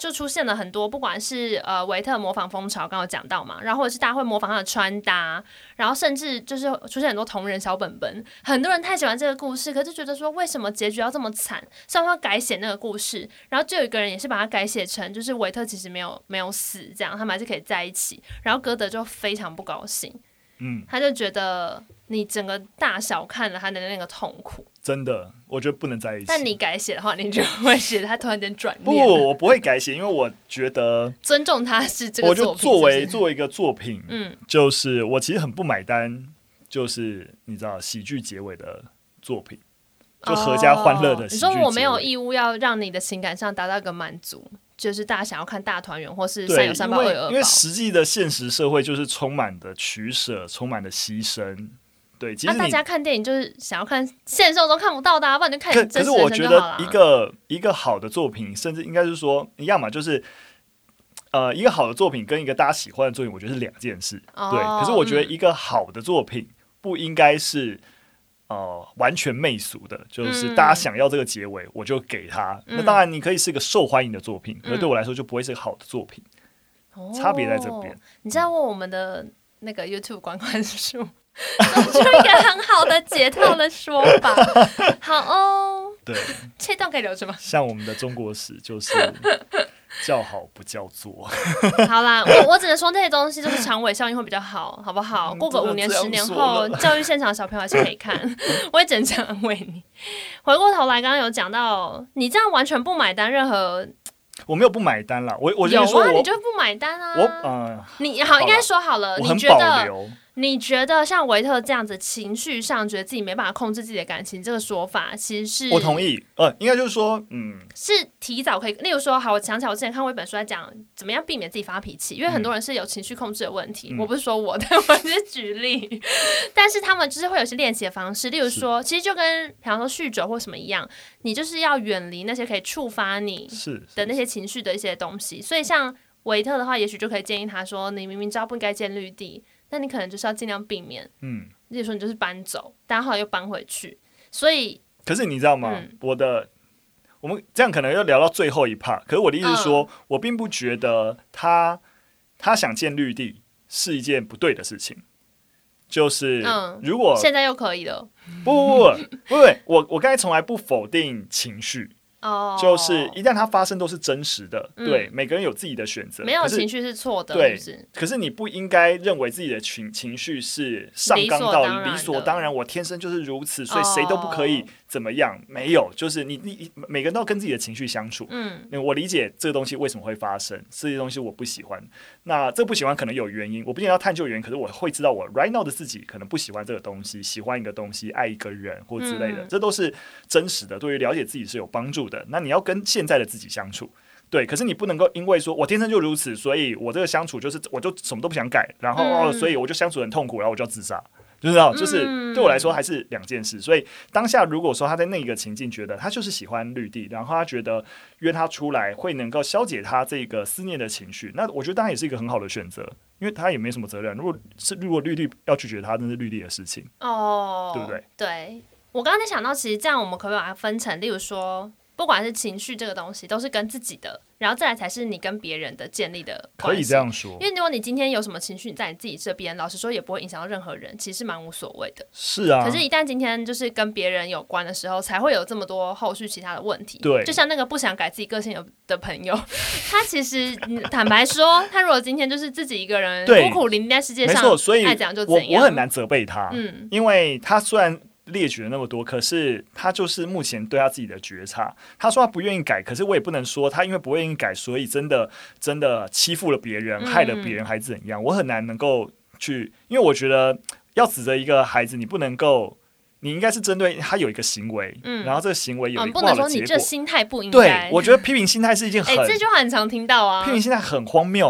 就出现了很多，不管是维特模仿风潮，刚刚有讲到嘛，然后或者是大家会模仿他的穿搭，然后甚至就是出现很多同人小本本，很多人太喜欢这个故事，可是就觉得说为什么结局要这么惨，所以他改写那个故事，然后就有一个人也是把它改写成就是维特其实没有死，这样他们还是可以在一起，然后歌德就非常不高兴，他就觉得你整个大小看了他的那个痛苦。 真的，我觉得不能在一起。 但你改写的话，你就会写他突然间转变。 不，我不会改写，因为我觉得尊重他是这个作品。 我就作为一个作品，就是我其实很不买单，就是你知道喜剧结尾的作品，就合家欢乐的喜剧结尾。 你说我没有义务要让你的情感上达到一个满足。就是大家想要看大团圆，或是三有三宝二有二宝， 因为实际的现实社会就是充满的取舍，充满的牺牲。对，其实大家看电影就是想要看现实生活中看不到的，不然就看真实人生就好了。 可是我觉得一个好的作品，甚至应该是说一样嘛，就是一个好的作品跟一个大家喜欢的作品，我觉得是两件事。对，可是我觉得一个好的作品不应该是完全媚俗的，就是大家想要这个结尾，我就给他。那当然，你可以是一个受欢迎的作品，可对我来说就不会是个好的作品。差别在这边。 你知道问我们的那个 YouTube 观看数，就一个很好的解套的说法。好哦， 对， 这段可以留着吗？ 像我们的中国史就是叫好不叫座。 好啦，我只能说这些东西就是长尾效应会比较好，好不好？过个5年10年后，教育现场的小朋友还是可以看。我也只能这样安慰你。回过头来，刚刚有讲到，你这样完全不买单任何。 我没有不买单啦，我有啊，你就不买单啊。你好，应该说好了，你觉得？你觉得像维特这样子情绪上觉得自己没办法控制自己的感情，这个说法其实是我同意。应该就是说， 是提早可以，例如说，好，我想起来我之前看过一本书在讲怎么样避免自己发脾气，因为很多人是有情绪控制的问题。我不是说我，但我只是举例。但是他们就是会有些练习的方式，例如说，其实就跟比方说酗酒或什么一样，你就是要远离那些可以触发你的那些情绪的一些东西。所以像维特的话，也许就可以建议他说，你明明知道不应该建绿地。那你可能就是要尽量避免，例如说你就是搬走，但后来又搬回去，所以可是你知道吗？我们这样可能要聊到最后一 part， 可是我的意思是说，我并不觉得他想建绿地是一件不对的事情，就是如果现在又可以了， 不，我刚才从来不否定情绪。就是一旦它发生都是真实的，对，每个人有自己的选择， 没有情绪是错的， 对。可是你不应该认为自己的情绪是上纲到理所当然，我天生就是如此，所以谁都不可以怎么样。没有，就是你每个人都要跟自己的情绪相处。我理解这个东西为什么会发生，这些东西我不喜欢。那这不喜欢可能有原因，我不一定要探究原因，可是我会知道我 right now 的自己可能不喜欢这个东西，喜欢一个东西，爱一个人或之类的，这都是真实的，对于了解自己是有帮助的。那你要跟现在的自己相处，对，可是你不能够因为说我天生就如此，所以我这个相处就是我就什么都不想改，然后所以我就相处很痛苦，然后我就要自杀，就是对我来说还是两件事。所以当下如果说他在那个情境觉得他就是喜欢绿地，然后他觉得约他出来会能够消解他这个思念的情绪，那我觉得当然也是一个很好的选择，因为他也没什么责任。如果绿地要拒绝他，那是绿地的事情，对不对？ 对，我刚刚在想到，其实这样我们可不可以把它分成，例如说。不管是情绪这个东西，都是跟自己的，然后再来才是你跟别人的建立的关系。 可以这样说， 因为如果你今天有什么情绪在你自己这边，老实说也不会影响到任何人，其实蛮无所谓的。 是啊。 可是，一旦今天就是跟别人有关的时候，才会有这么多后续其他的问题。 对， 就像那个不想改自己个性的朋友，他其实坦白说，他如果今天就是自己一个人孤苦伶仃在世界上， 没错，所以爱怎样就怎样。 我很难责备他，因为他虽然列举了那么多，可是他就是目前对他自己的觉察。他说他不愿意改，可是我也不能说他因为不愿意改，所以真的欺负了别人，害了别人，还是怎样。我很难能够去，因为我觉得要指责一个孩子，你不能够。你应该是针对他有一个行为，然后这个行为有一个不好的结果。 不能说你这心态不应该。 对，我觉得批评心态是一件这句话很常听到啊。 批评心态很荒谬啊，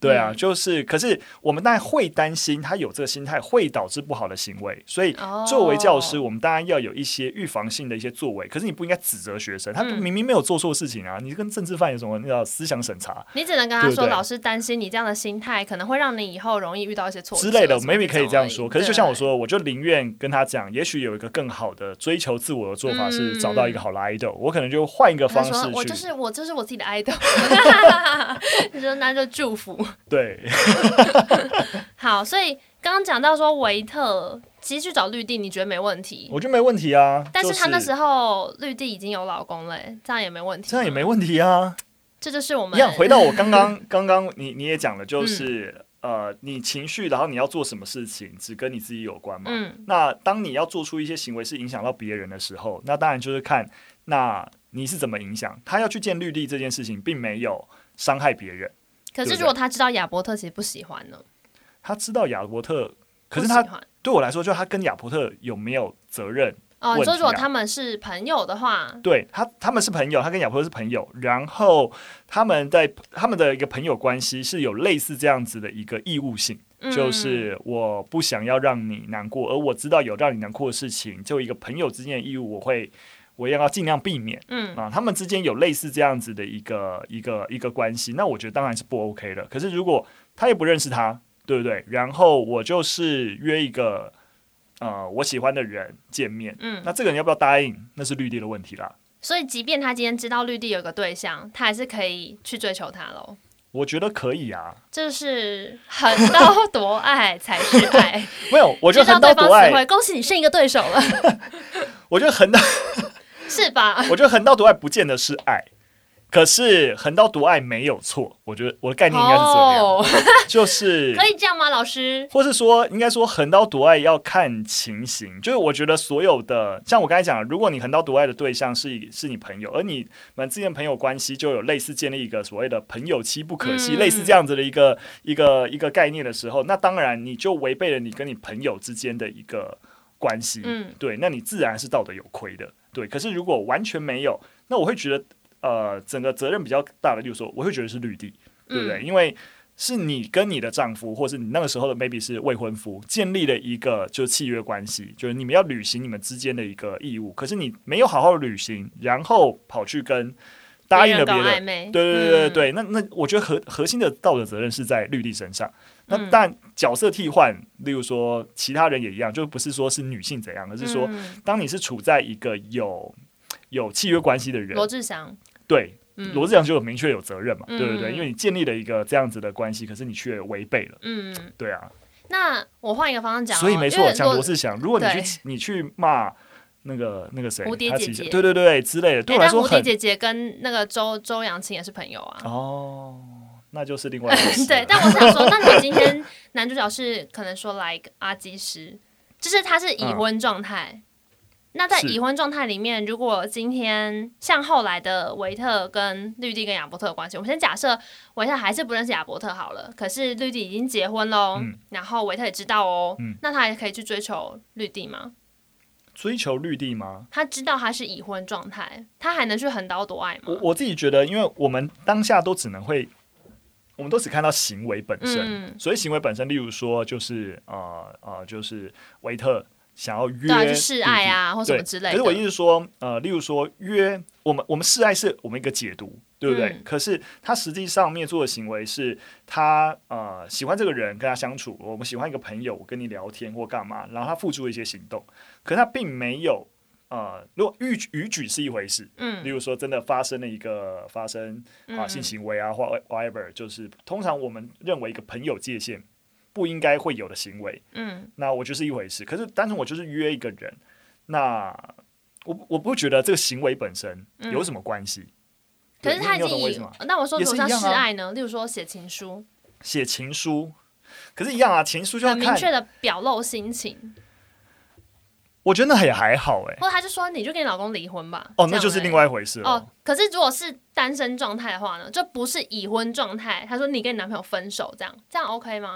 对啊，就是可是我们当然会担心他有这个心态会导致不好的行为，所以作为教师我们当然要有一些预防性的一些作为，可是你不应该指责学生，他明明没有做错事情啊，你跟政治犯有什么叫思想审查？ 你只能跟他说，老师担心你这样的心态可能会让你以后容易遇到一些挫折之类的 maybe 可以这样说，可是就像我说，我就宁愿跟他讲，也许有一个更好的追求自我的做法是找到一个好的 idol，我可能就换一个方式去， 我就是我自己的 idol 你说那就祝福。 对好，所以刚刚讲到说维特其实去找绿地你觉得没问题？ 我觉得没问题啊， 但是他那时候绿地已经有老公了，这样也没问题， 这样也没问题啊。 这就是我们一样回到我刚刚你也讲了，就是你情绪然后你要做什么事情只跟你自己有关嘛，那当你要做出一些行为是影响到别人的时候，那当然就是看那你是怎么影响他。要去见绿地这件事情并没有伤害别人， 可是如果他知道亚伯特其实不喜欢呢？ 他知道亚伯特，可是他对我来说，就他跟亚伯特有没有责任？ 你说如果他们是朋友的话， 对他们是朋友，他跟亚伯特是朋友，然后他们的一个朋友关系是有类似这样子的一个义务性，就是我不想要让你难过，而我知道有让你难过的事情，就一个朋友之间的义务，我要尽量避免。他们之间有类似这样子的一个关系，那我觉得当然是不 OK 的。可是如果他也不认识他，对不对？然后我就是约一个我喜欢的人见面，那这个人要不要答应，那是绿地的问题啦。 所以即便他今天知道绿地有个对象，他还是可以去追求他咯。 我觉得可以啊， 就是横刀夺爱才是爱。 没有，我觉得横刀夺爱， 恭喜你剩一个对手了。 我觉得横刀是吧？ 我觉得横刀夺爱不见得是爱。可是横刀夺爱没有错，我觉得我的概念应该是这样，就是可以这样吗，老师？ 或是说，应该说横刀夺爱要看情形，就是我觉得所有的，像我刚才讲的，如果你横刀夺爱的对象是你朋友，而你们之间的朋友关系就有类似建立一个所谓的朋友妻不可欺，类似这样子的一个概念的时候，那当然你就违背了你跟你朋友之间的一个关系，对，那你自然是道德有亏的，对。可是如果完全没有，那我会觉得。整个责任比较大的，就是说，我会觉得是绿地，对不对？因为是你跟你的丈夫，或是你那个时候的 maybe 是未婚夫，建立了一个就是契约关系，就是你们要履行你们之间的一个义务。可是你没有好好履行，然后跑去跟答应了别人，对，那我觉得核心的道德责任是在绿地身上。那但角色替换，例如说其他人也一样，就不是说是女性怎样，而是说当你是处在一个有契约关系的人， 罗志祥。 对，罗志祥就有明确有责任嘛，对不对？因为你建立了一个这样子的关系，可是你却违背了，对啊。 那我换一个方向讲， 所以没错，讲罗志祥，如果你去骂那个谁， 蝴蝶姐姐， 对之类的，对我来说， 蝴蝶姐姐跟那个周扬青也是朋友啊。 哦，那就是另外一回事。 对，但我想说，那如果今天男主角是可能说来阿基师，就是他是已婚状态。那在已婚状态里面，如果今天像后来的维特跟绿地跟亚伯特的关系，我们先假设维特还是不认识亚伯特好了，可是绿地已经结婚咯，然后维特也知道哦，那他也可以去追求绿地吗？ 追求绿地吗？ 他知道他是已婚状态，他还能去横刀夺爱吗？ 我自己觉得，因为我们当下都只看到行为本身，所以行为本身，例如说就是就是维特。想要约去示爱啊，或什么之类的。 可是我意思说，例如说约我们示爱是我们一个解读，对不对？可是他实际上面做的行为是他喜欢这个人，跟他相处。我们喜欢一个朋友，我跟你聊天或干嘛，然后他付出一些行动，可是他并没有如果逾矩是一回事，例如说真的发生性行为啊，或 whatever， 就是通常我们认为一个朋友界限。不应该会有的行为，那我就是一回事。可是单纯我就是约一个人，那我不觉得这个行为本身有什么关系。 可是他已经那我说如果像示爱呢？例如说写情书， 可是一样啊，情书就要看很明确的表露心情。 我觉得那也还好或者他就说你就跟你老公离婚吧。 那就是另外一回事了。 可是如果是单身状态的话呢，就不是已婚状态。他说你跟你男朋友分手，这样 OK 吗？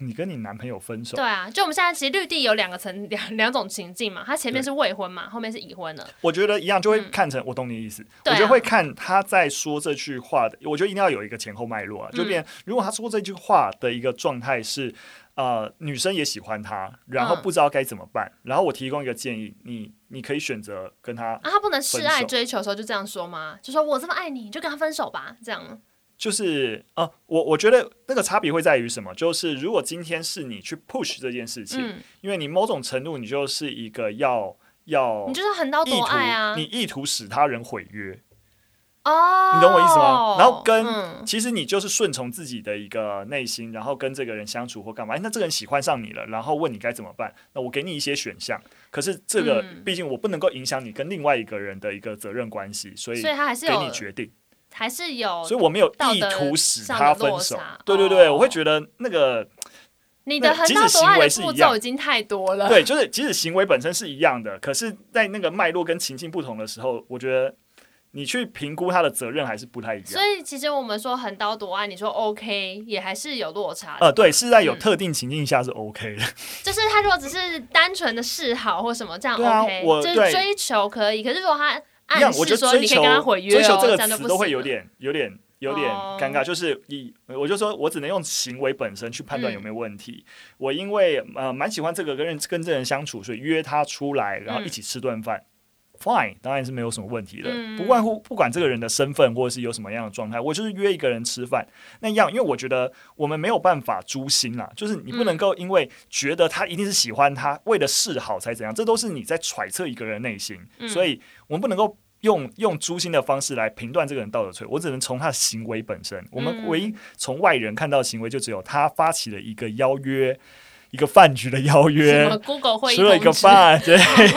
你跟你男朋友分手。 对啊，就我们现在其实绿地有两种情境嘛，他前面是未婚嘛，后面是已婚了。 我觉得一样，就会看成、我懂你的意思。我觉得会看他在说这句话的，我觉得一定要有一个前后脉络啊。就变，如果他说这句话的一个状态是，女生也喜欢他，然后不知道该怎么办，然后我提供一个建议，你可以选择跟他他不能示爱追求的时候就这样说吗？就说我这么爱你，你就跟他分手吧，这样。 就是我觉得那个差别会在于什么？就是如果今天是你去 push 这件事情，因为你某种程度你就是一个你就是横刀夺爱啊， 你意图使他人毁约。 你懂我意思吗？然后其实你就是顺从自己的一个内心，然后跟这个人相处或干嘛。那这个人喜欢上你了，然后问你该怎么办？那我给你一些选项。可是这个毕竟我不能够影响你跟另外一个人的一个责任关系，所以他还是给你决定。 还是有， 所以我没有意图使他分手。对，我会觉得那个你的横刀夺爱的步骤已经太多了。 对，就是即使行为本身是一样的，可是在那个脉络跟情境不同的时候，我觉得你去评估他的责任还是不太一样。 所以其实我们说横刀夺爱，你说 OK 也还是有落差的。 对，是在有特定情境下是 OK 的。 就是他如果只是单纯的示好或什么这样 OK，就是追求可以。可是如果他暗示说你可以跟他毁约， 追求这个词都会有点尴尬，就是我就说我只能用行为本身去判断有没有问题。我因为蛮喜欢这个跟这个人相处，所以约他出来，然后一起吃顿饭。Fine， 当然是没有什么问题的。不管这个人的身份或者是有什么样的状态，我就是约一个人吃饭那样。因为我觉得我们没有办法诛心啦，就是你不能够因为觉得他一定是喜欢他，为了示好才怎样，这都是你在揣测一个人的内心。所以我们不能够用诛心的方式来评断这个人道德罪，我只能从他的行为本身。我们唯一从外人看到的行为，就只有他发起了一个邀约。一个饭局的邀约， 什么 Google 会议吃了一个饭，对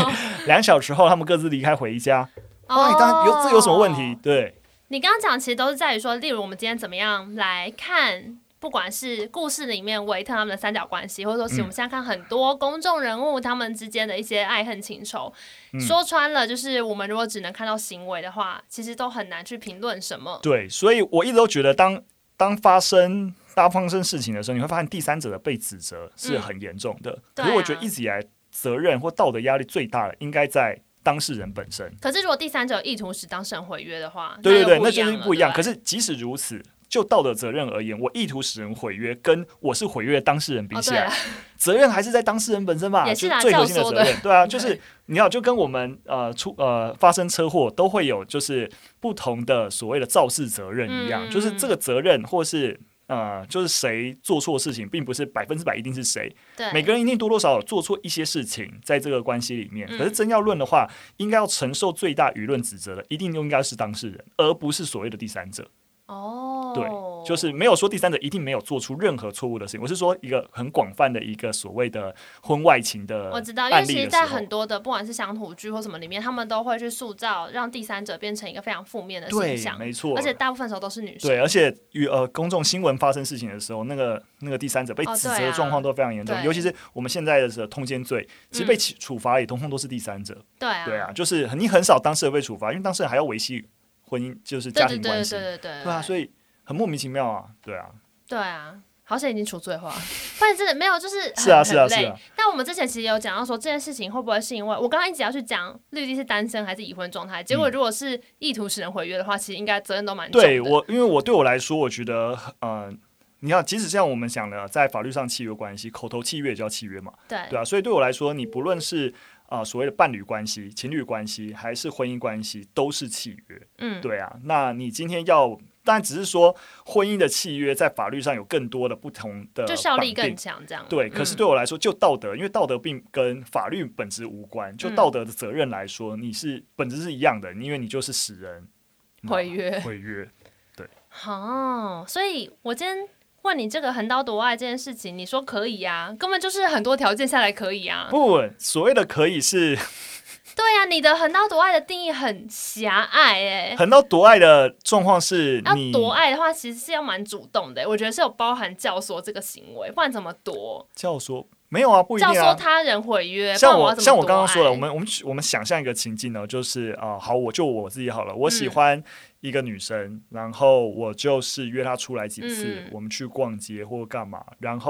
，2小时后他们各自离开回家。当然这有什么问题？对， 你刚刚讲其实都是在于说，例如我们今天怎么样来看，不管是故事里面维特他们的三角关系，或者说其实我们现在看很多公众人物他们之间的一些爱恨情仇，说穿了就是我们如果只能看到行为的话，其实都很难去评论什么。 对，所以我一直都觉得当发生事情的时候，你会发现第三者的被指责是很严重的。可是我觉得一直以来责任或道德压力最大的应该在当事人本身。 可是如果第三者意图使当事人毁约的话， 对，那就是不一样。可是即使如此，就道德责任而言，我意图使人毁约，跟我是毁约的当事人比起来，责任还是在当事人本身吧， 也是最核心的责任。对啊，就是你要就跟我们发生车祸都会有就是不同的所谓的肇事责任一样，就是这个责任或是。就是谁做错事情，并不是100%一定是谁，每个人一定多多少少做错一些事情，在这个关系里面。可是真要论的话，应该要承受最大舆论指责的，一定应该是当事人，而不是所谓的第三者。对，就是没有说第三者一定没有做出任何错误的事情，我是说一个很广泛的一个所谓的婚外情的案例的时候。 我知道，因为其实在很多的不管是乡土剧或什么里面，他们都会去塑造让第三者变成一个非常负面的形象， 没错， 而且大部分时候都是女生。 对，而且公众新闻发生事情的时候，那个第三者被指责的状况都非常严重，尤其是我们现在的通奸罪，其实被处罚也通通都是第三者。对啊，就是你很少当事人被处罚，因为当事人还要维系婚姻，就是家庭关系。对啊，所以很莫名其妙啊。对啊， 好险已经除罪化，不然真的没有，就是是啊。 但我们之前其实有讲到说这件事情会不会是因为我刚刚一直要去讲绿地是单身还是已婚状态，结果如果是意图使人毁约的话，其实应该责任都蛮重的。 对因为对我来说，我觉得你看，即使像我们讲的，在法律上契约关系，口头契约也叫契约嘛，对啊。所以对我来说，你不论是所谓的伴侣关系、情侣关系，还是婚姻关系，都是契约。对啊。那你今天当然只是说婚姻的契约在法律上有更多的不同的就效力更强这样。 对，可是对我来说，就道德，因为道德并跟法律本质无关，就道德的责任来说，你是本质是一样的，因为你就是使人毁约。 对。 所以我今天问你这个横刀夺爱这件事情，你说可以啊，根本就是很多条件下来可以啊。 不，所谓的可以是。 对啊，你的横刀夺爱的定义很狭隘横刀夺爱的状况是你要夺爱的话，其实是要蛮主动的。我觉得是有包含教唆这个行为，不然怎么夺？ 教唆没有啊，不一定啊。 教唆他人毁约， 像我刚刚说的，我们想象一个情境呢，就是好，我自己好了，我喜欢一个女生，然后我就是约她出来几次，我们去逛街或干嘛，然后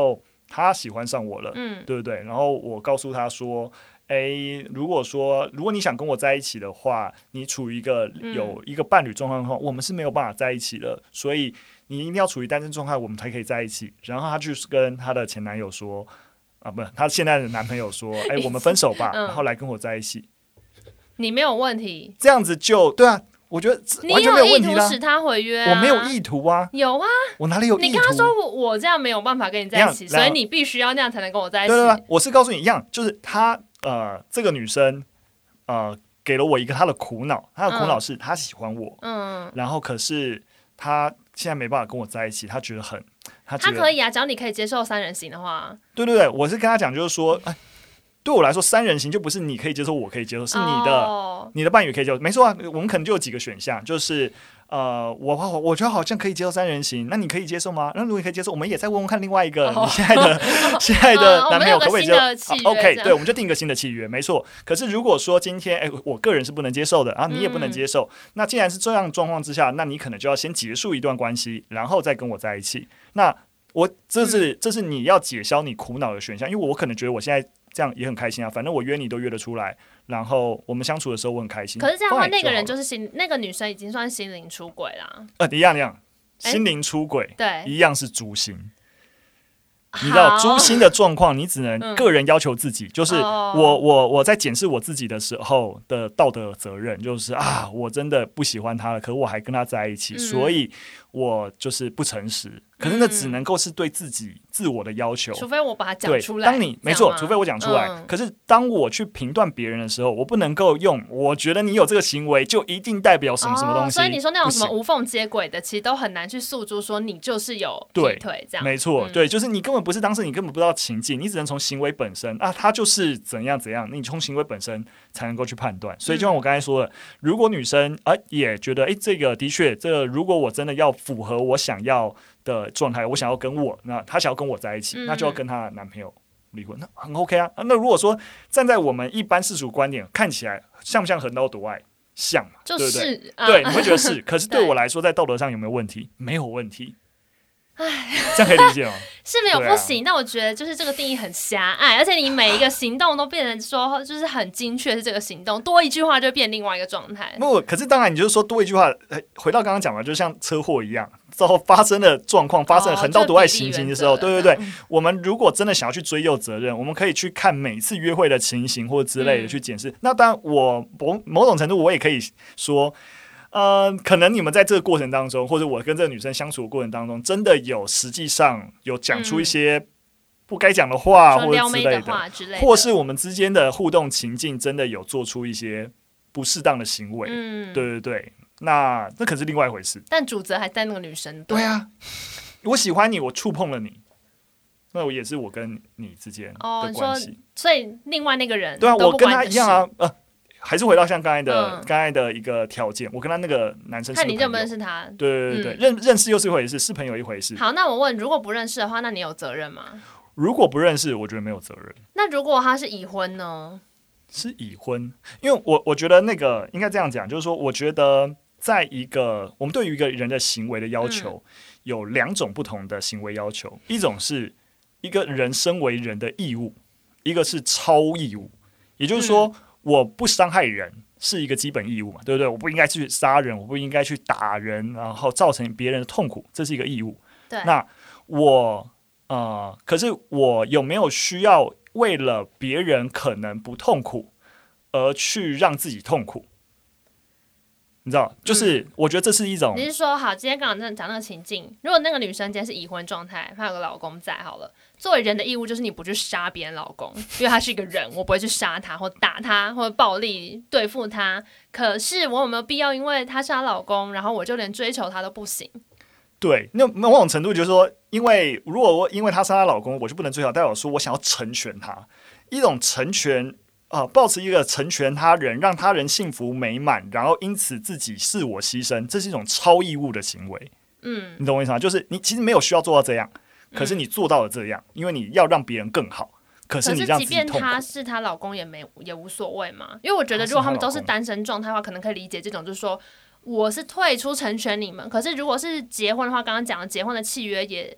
他喜欢上我了，对不对？然后我告诉他说，如果你想跟我在一起的话，你处于有一个伴侣状况的话，我们是没有办法在一起的，所以你一定要处于单身状态，我们才可以在一起。然后他就跟他的前男友说，不，他现在的男朋友说，我们分手吧，然后来跟我在一起。 你没有问题， 这样子就对啊。我觉得完全没有问题啦。 你有意图使他毁约啊？ 我没有意图啊。 有啊。 我哪里有意图？ 你跟他说我这样没有办法跟你在一起，所以你必须要那样才能跟我在一起。 对，我是告诉你一样，就是他这个女生给了我一个她的苦恼，她的苦恼是她喜欢我，然后可是她现在没办法跟我在一起，她觉得她可以啊，只要你可以接受3人行的话。 对，我是跟他讲，就是说，对我来说3人行就不是你可以接受我可以接受，是你的伴侣可以接受，没错啊，我们可能就有几个选项，就是我觉得好像可以接受3人行，那你可以接受吗？那如果你可以接受，我们也再问问看另外一个你现在的男朋友可不可以接受？OK， 对，我们就定一个新的契约，没错。可是如果说今天我个人是不能接受的，然后你也不能接受，那既然是这样状况之下，那你可能就要先结束一段关系，然后再跟我在一起。那这是你要解消你苦恼的选项，因为我可能觉得我现在这样也很开心啊，反正我约你都约得出来，然后我们相处的时候我很开心。 可是这样的话，那个人就是那个女生已经算心灵出轨啦。 一样，心灵出轨， 对， 一样是诛心。你知道诛心的状况，你只能个人要求自己，就是我在检视我自己的时候的道德责任，就是我真的不喜欢他了，可是我还跟他在一起，所以我就是不诚实。可是那只能够是对自我的要求， 除非我把它讲出来。 没错，除非我讲出来。可是当我去评断别人的时候，我不能够用我觉得你有这个行为就一定代表什么什么东西。 所以你说那种什么无缝接轨的，其实都很难去诉诸说你就是有劈腿这样。 没错，对，就是你根本不是当事人，你根本不知道情境，你只能从行为本身他就是怎样，你从行为本身才能够去判断。所以就像我刚才说的，如果女生也觉得这个的确，如果我真的要符合我想要的状态，我想要那她想要跟我在一起，那就要跟她的男朋友离婚，那很 OK 啊。那如果说站在我们一般世俗观点看起来，像不像横刀夺爱？像嘛， 就是， 对不对？对，你会觉得是。可是对我来说，在道德上有没有问题？没有问题。这样可以理解吗？ 是没有不行，但我觉得就是这个定义很狭隘，而且你每一个行动都变成说就是很精确是这个行动，多一句话就变另外一个状态。 不，可是当然你就是说多一句话，回到刚刚讲的，就像车祸一样，之后发生的状况，发生了横刀夺爱行刑的时候，对，我们如果真的想要去追究责任，我们可以去看每次约会的情形或之类的去检视。那当然，我某种程度我也可以说。可能你们在这个过程当中，或者我跟这个女生相处的过程当中，真的实际上有讲出一些不该讲的话，或者之类的，或是我们之间的互动情境真的有做出一些不适当的行为。对，那可是另外一回事。 但主责还在那个女生。 对啊，我喜欢你，我触碰了你，那也是我跟你之间的关系。 所以另外那个人， 对啊，我跟他一样啊。还是回到像刚才的一个条件，我跟他那个男生是看你认不认识他？ 对，认识又是一回事，是朋友一回事。 好，那我问，如果不认识的话，那你有责任吗？ 如果不认识，我觉得没有责任。 那如果他是已婚呢？ 是已婚，因为我觉得那个应该这样讲，就是说，我觉得我们对于一个人的行为的要求，有2种不同的行为要求，一种是一个人身为人的义务，一个是超义务，也就是说。我不伤害人是一个基本义务嘛，对不对？我不应该去杀人，我不应该去打人，然后造成别人的痛苦，这是一个义务。 对。 那可是我有没有需要为了别人可能不痛苦而去让自己痛苦？你知道，就是我觉得这是一种。 你是说，好，今天刚刚讲那个情境，如果那个女生今天是已婚状态，她有个老公在，好了，作为人的义务就是你不去杀别人老公，因为他是一个人，我不会去杀他或打他或者暴力对付他。可是我有没有必要因为他是她老公，然后我就连追求他都不行？ 对，那某种程度就是说，因为他是她老公，我就不能追求，代表说我想要成全他，一种成全。抱持一个成全他人，让他人幸福美满，然后因此自己自我牺牲，这是一种超义务的行为。你懂我意思吗？就是你其实没有需要做到这样，可是你做到了这样，因为你要让别人更好。可是你让自己痛苦。 即便他是她老公也无所谓嘛，因为我觉得如果他们都是单身状态的话，可能可以理解这种，就是说我是退出成全你们，可是如果是结婚的话，刚刚讲的结婚的契约也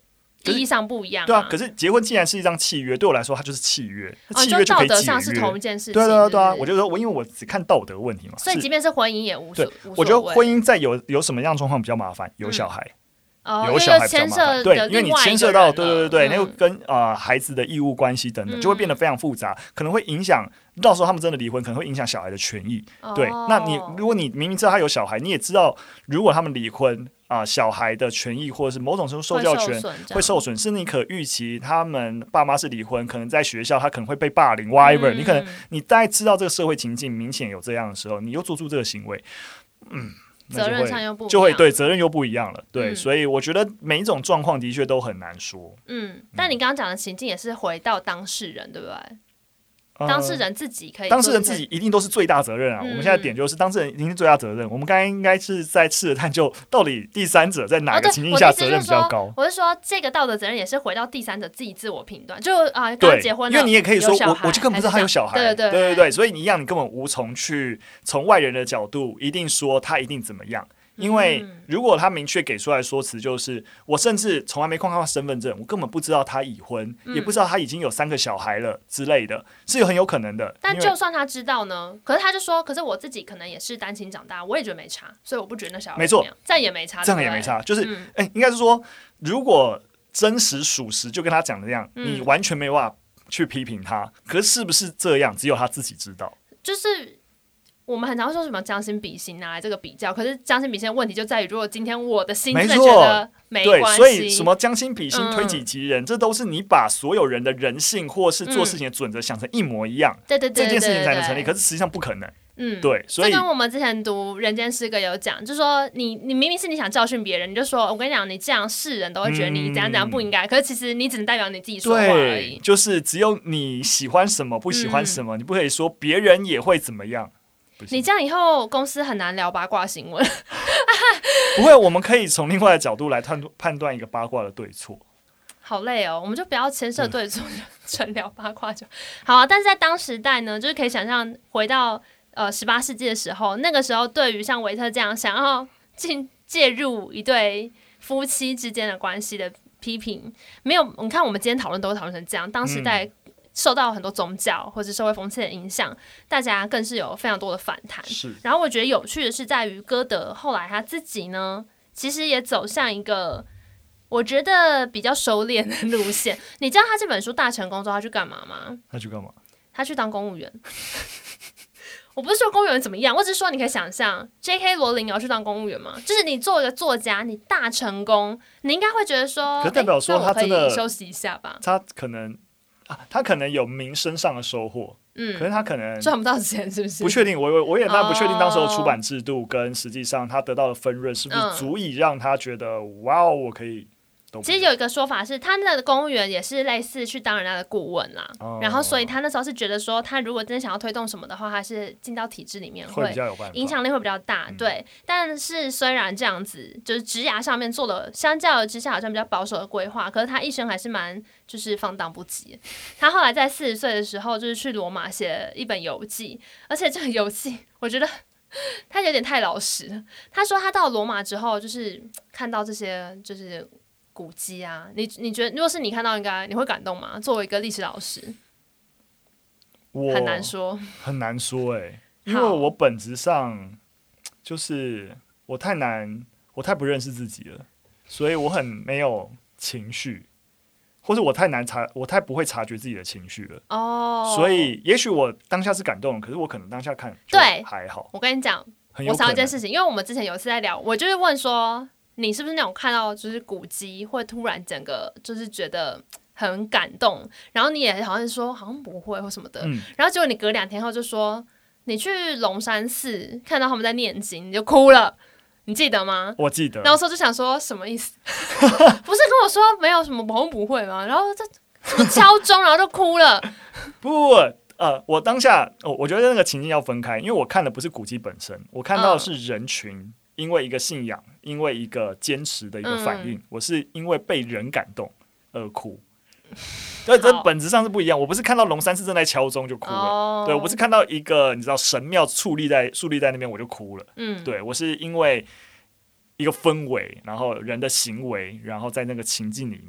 意义上不一样。 对啊，可是结婚既然是一张契约，对我来说它就是契约，契约就可以解约。 道德上是同一件事情。 对啊，我就说因为我只看道德问题嘛， 所以即便是婚姻也无所谓。 我觉得婚姻在有什么样的状况比较麻烦？有小孩。有小孩比较麻烦，对，因为你牵涉到对，那个跟孩子的义务关系等等，就会变得非常复杂，可能会影响到时候他们真的离婚，可能会影响小孩的权益。对，那如果你明明知道他有小孩，你也知道如果他们离婚小孩的权益或者是某种程度受教权会受损，是你可预期他们爸妈是离婚，可能在学校他可能会被霸凌 whatever，你大概知道这个社会情境明显有这样的时候，你又做出这个行为， 责任上又不一样， 就会对责任又不一样了，对，所以我觉得每一种状况的确都很难说。 但你刚刚讲的情境也是回到当事人，对不对？当事人自己可以， 当事人自己一定都是最大责任啊！我们现在点就是当事人一定是最大责任。我们刚才应该是在试着探究，到底第三者在哪个情境下责任比较高？ 我是说，这个道德责任也是回到第三者自己自我评断。就刚结婚了， 因为你也可以说我就根本不知道他有小孩， 对， 所以你一样，你根本无从去从外人的角度一定说他一定怎么样。因为如果他明确给出来说辞，就是我甚至从来没看过他身份证，我根本不知道他已婚，也不知道他已经有3个小孩了之类的，是很有可能的。 但就算他知道呢，可是他就说，可是我自己可能也是单亲长大，我也觉得没差，所以我不觉得那小孩没错， 这样也没差， 这样也没差。就是应该是说，如果真实属实，就跟他讲的那样，你完全没办法去批评他。可是不是这样，只有他自己知道。 就是我们很常会说什么将心比心拿来这个比较，可是将心比心的问题就在于，如果今天我的心真的觉得没关系， 对，所以什么将心比心、推己及人，这都是你把所有人的人性或是做事情的准则想成一模一样， 对， 这件事情才能成立。可是实际上不可能。对，所以这跟我们之前读《人间失格》有讲，就是说你明明是你想教训别人，你就说我跟你讲，你这样世人都会觉得你怎样怎样不应该，可是其实你只能代表你自己说话而已。 就是只有你喜欢什么，不喜欢什么，你不可以说别人也会怎么样。 你这样以后公司很难聊八卦新闻。 不会，我们可以从另外的角度来判断一个八卦的对错。 好累哦，我们就不要牵涉对错，纯聊八卦就好啊。但是在当时代呢，就是可以想象回到18世纪的时候，那个时候对于像维特这样想要介入一对夫妻之间的关系的批评，没有。你看我们今天讨论都讨论成这样，当时代受到很多宗教或者社会风气的影响，大家更是有非常多的反弹。然后我觉得有趣的是在于歌德后来他自己呢，其实也走向一个我觉得比较收敛的路线。你知道他这本书大成功之后他去干嘛吗？ 他去干嘛？ 他去当公务员。我不是说公务员怎么样，我只是说你可以想象 J.K. 罗琳要去当公务员吗？就是你作为一个作家，你大成功，你应该会觉得说， 可代表说他真的可以休息一下吧？ 他可能有名声上的收获，可是他可能赚不到钱，是不是？ 不确定，我也不确定当时候出版制度跟实际上他得到的分润是不是足以让他觉得哇哦，我可以。 其实有一个说法是，他那个公务员也是类似去当人家的顾问啦，然后所以他那时候是觉得说，他如果真的想要推动什么的话，他是进到体制里面会影响力会比较大，对。但是虽然这样子，就是职涯上面做了相较之下好像比较保守的规划，可是他一生还是蛮就是放荡不羁。他后来在40岁的时候，就是去罗马写一本游记，而且这个游记我觉得他有点太老实了。他说他到罗马之后，就是看到这些就是古迹啊，你觉得如果是你看到，应该你会感动吗？作为一个历史老师，很难说因为我本质上就是我太不认识自己了，所以我很没有情绪，或者我太不会察觉自己的情绪了。所以也许我当下是感动，可是我可能当下看就还好。 我跟你讲，我想到一件事情，因为我们之前有一次在聊，我就是问说，你是不是那种看到就是古迹会突然整个就是觉得很感动，然后你也好像说好像不会或什么的，然后结果你隔2天后就说你去龙山寺看到他们在念经，你就哭了，你记得吗？ 我记得。 然后说就想说什么意思？不是跟我说没有什么好像不会吗？然后这什么敲钟，然后就哭了。 不，我当下我觉得那个情境要分开，因为我看的不是古迹本身，我看到的是人群。因为一个信仰，因为一个坚持的一个反应，我是因为被人感动而哭。对，这本质上是不一样。我不是看到龙山寺正在敲钟就哭了，对，我不是看到一个你知道神庙矗立在那边我就哭了。对，我是因为一个氛围，然后人的行为，然后在那个情境里面，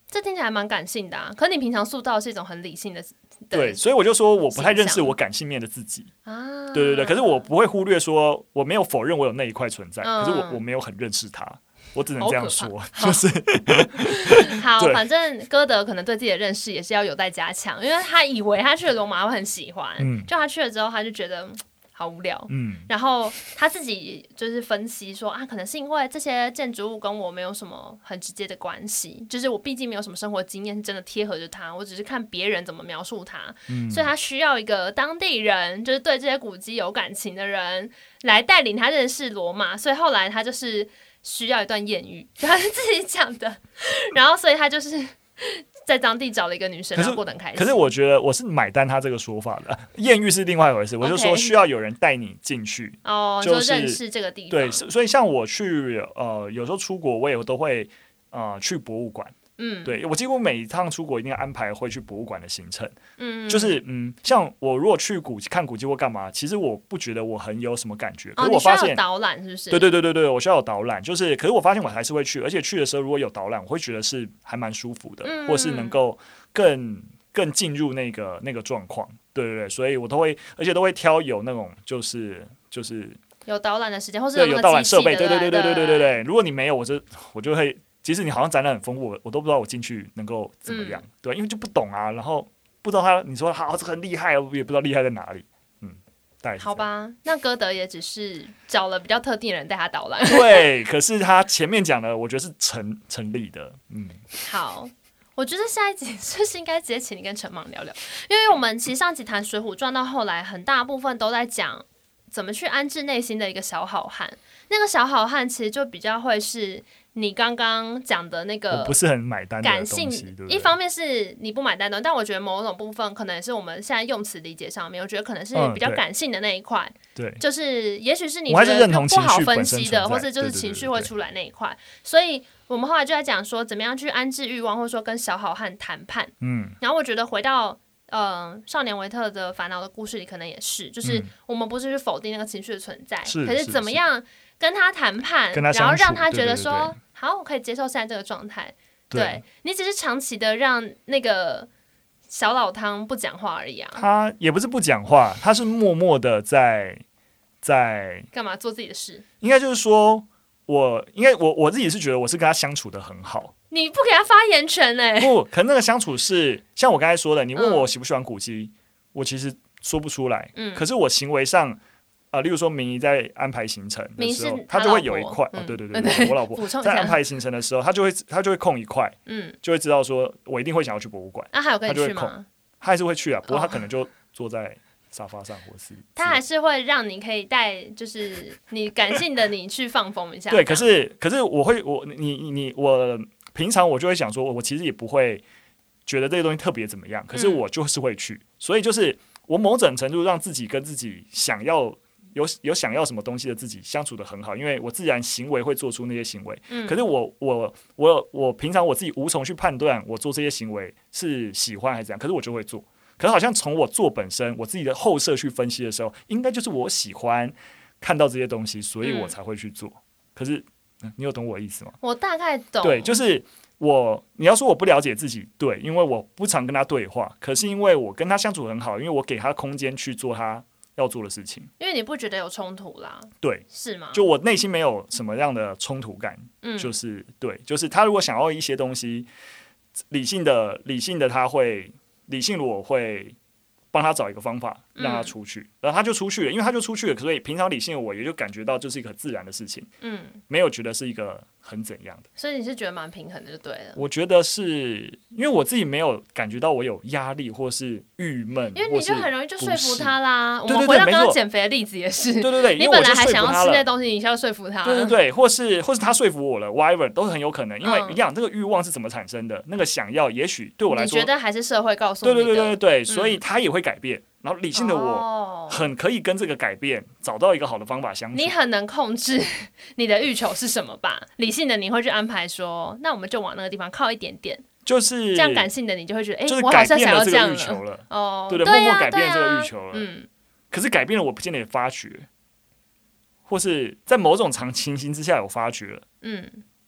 这听起来蛮感性的啊。可是你平常塑造的是一种很理性的。 对，所以我就说我不太认识我感性面的自己啊。对对对，可是我不会忽略说我没有否认我有那一块存在，可是我没有很认识它。我只能这样说，就是好，反正歌德可能对自己的认识也是要有待加强，因为他以为他去了罗马会很喜欢，就他去了之后，他就觉得好无聊，然后他自己就是分析说啊，可能是因为这些建筑物跟我没有什么很直接的关系，就是我毕竟没有什么生活经验是真的贴合着他，我只是看别人怎么描述他，所以他需要一个当地人，就是对这些古迹有感情的人来带领他认识罗马，所以后来他就是需要一段艳遇，他是自己讲的，然后所以他就是在当地找了一个女生，然后过得很开心。 可是我觉得我是买单他这个说法的，艳遇是另外一回事。我就说需要有人带你进去， 就是认识这个地方。 对，所以像我去有时候出国，我也都会去博物馆。对，我几乎每一趟出国一定要安排会去博物馆的行程。就是像我如果去看古迹或干嘛，其实我不觉得我很有什么感觉。可是我发现你需要有导览是不是？ 对，我需要有导览。就是，可是我发现我还是会去，而且去的时候如果有导览，我会觉得是还蛮舒服的，或是能够更进入那个状况。对，所以我都会，而且都会挑有那种就是有导览的时间，或是有导览设备。对。如果你没有，我就会。即使你好像展览很丰富，我都不知道我进去能够怎么样，对，因为就不懂啊，然后不知道你说好这很厉害，我也不知道厉害在哪里，大概是好吧。那歌德也只是找了比较特定的人带他导览， 对，可是他前面讲的，我觉得是成立的， 好。我觉得下一集是不是应该直接请你跟陈芒聊聊，因为我们其实上集谈《水浒传》到后来，很大部分都在讲怎么去安置内心的一个小好汉，那个小好汉其实就比较会是你刚刚讲的那个， 我不是很买单的感性， 对不对？ 一方面是你不买单的，但我觉得某种部分可能也是我们现在用词理解上面，我觉得可能是比较感性的那一块。 对， 就是也许是你觉得不好分析的，或是就是情绪会出来那一块。所以我们后来就在讲说，怎么样去安置欲望，或者说跟小好汉谈判。然后我觉得回到少年维特的烦恼的故事里，可能也是，就是我们不是去否定那个情绪的存在，可是怎么样跟他谈判，然后让他觉得说，好，我可以接受现在这个状态。对，你只是长期的让那个小老汤不讲话而已啊。 他也不是不讲话，他是默默的在干嘛做自己的事？ 应该就是说，我自己是觉得我是跟他相处的很好。 你不给他发言权不，可能那个相处是像我刚才说的，你问我喜不喜欢古迹，我其实说不出来。可是我行为上，例如说明仪在安排行程的时候，他就会有一块，对，我老婆在安排行程的时候，他就会空一块，就会知道说我一定会想要去博物馆。 那他有跟你去吗？ 他还是会去啊，不过他可能就坐在沙发上，或是他还是会让你可以带，就是你感性的你去放风一下。 对，可是我平常我就会想说，我其实也不会觉得这个东西特别怎么样，可是我就是会去，所以就是我某种程度让自己跟自己想要有想要什么东西的自己相处得很好，因为我自然行为会做出那些行为，可是我平常我自己无从去判断我做这些行为是喜欢还是怎样，可是我就会做。可是好像从我做本身，我自己的后设去分析的时候，应该就是我喜欢看到这些东西，所以我才会去做。可是你有懂我的意思吗？ 我大概懂。 对，就是你要说我不了解自己，对，因为我不常跟他对话，可是因为我跟他相处很好，因为我给他空间去做他要做的事情。 因为你不觉得有冲突啦？ 对， 是吗？ 就我内心没有什么样的冲突感，就是对，就是他如果想要一些东西，理性的他会。理性我会帮他找一个方法让他出去，然后他就出去了，因为他就出去了，所以平常理性的我也就感觉到这是一个很自然的事情，没有觉得是一个很怎样的。 所以你是觉得蛮平衡的就对了。 我觉得是因为我自己没有感觉到我有压力或是郁闷， 因为你就很容易就说服他啦。我们回到刚刚减肥的例子也是， 对， 你本来还想要吃那些东西，你需要说服他， 对，或是他说服我了 ，whatever 都是很有可能，因为一样这个欲望是怎么产生的，那个想要也许对我来说， 你觉得还是社会告诉你的， 对，所以他也会改变。然后理性的我很可以跟这个改变找到一个好的方法相处。 你很能控制你的欲求是什么吧？理性的你会去安排说，那我们就往那个地方靠一点点， 就是这样。感性的你就会觉得， 就是我好像想要这样了。对，默默改变这个欲求了。可是改变了，我不见得也发觉，或是在某种情形之下有发觉了。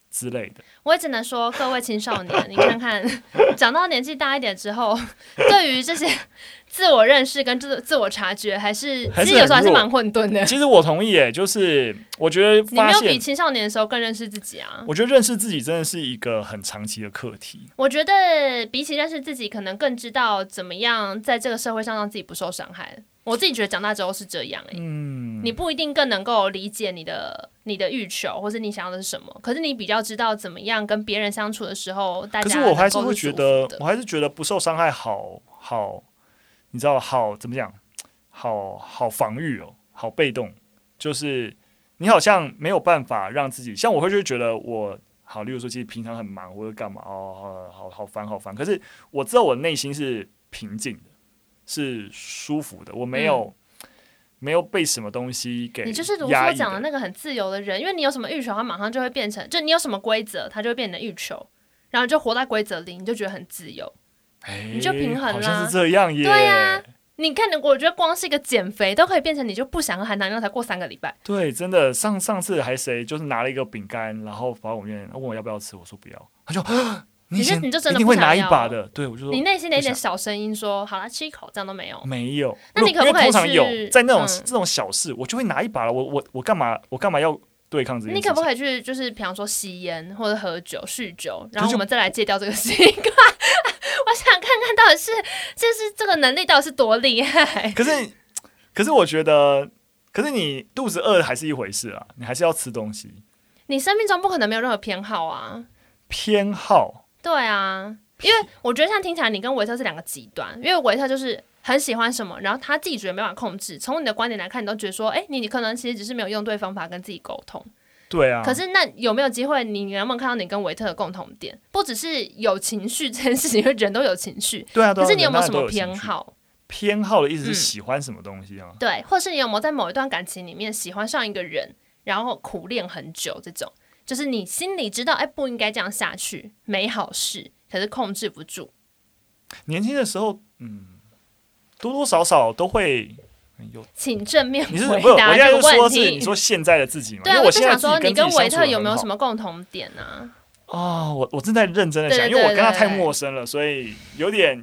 之类的。 我也只能说，各位青少年，你看看，长到年纪大一点之后，对于这些自我认识跟自我察觉，其实有时候还是蛮混沌的。 其实我同意耶，就是我觉得你没有比青少年的时候更认识自己啊。 我觉得认识自己真的是一个很长期的课题。 我觉得比起认识自己，可能更知道怎么样在这个社会上让自己不受伤害。我自己觉得长大之后是这样你不一定更能够理解你的欲求，或是你想要的是什么，可是你比较知道怎么样跟别人相处的时候，大家可是我还是会觉得，我还是觉得不受伤害好，你知道好怎么讲？好防御哦，好被动，就是你好像没有办法让自己，像我会就觉得我好，例如说其实平常很忙或者干嘛好烦，可是我知道我内心是平静的。是舒服的，我没有被什么东西给压抑的。 你就是如说讲的那个很自由的人，因为你有什么欲求，它马上就会变成，就你有什么规则，它就会变成你的欲求，然后你就活在规则里，你就觉得很自由，你就平衡啦。 好像是这样耶。 对啊，你看，我觉得光是一个减肥都可以变成你就不想喝含糖饮料才过3个礼拜。 对，真的，上次还谁就是拿了一个饼干，然后跑我面前问我要不要吃，我说不要，他就。你就真的一定会拿一把的，对我就说， 你内心的一点小声音说，好啦，吃一口，这样都没有， 没有。 那你可不可以通常有在那种这种小事，我就会拿一把了。我干嘛要对抗这件事情？ 你可不可以去就是比方说吸烟或者喝酒、酗酒，然后我们再来戒掉这个习惯？我想看看到底是就是这个能力到底是多厉害。 可是我觉得，可是你肚子饿还是一回事啊，你还是要吃东西。 你生命中不可能没有任何偏好啊。 偏好。 对啊，因为我觉得像听起来你跟维特是2个极端，因为维特就是很喜欢什么，然后他自己觉得没办法控制。从你的观点来看，你都觉得说，你可能其实只是没有用对方法跟自己沟通。 对啊。 可是那有没有机会，你能不能看到你跟维特的共同点？不只是有情绪这件事情，因为人都有情绪。 对啊。 可是你有没有什么偏好？ 偏好的意思是喜欢什么东西啊？ 对，或是你有没有在某一段感情里面喜欢上一个人，然后苦恋很久这种？就是你心里知道，不应该这样下去，没好事，可是控制不住。 年轻的时候，多多少少都会有。 请正面回答这个问题。你说现在的自己吗？ 对啊，我就想说，你跟维特有没有什么共同点啊？ 我正在认真的想，因为我跟他太陌生了，所以有点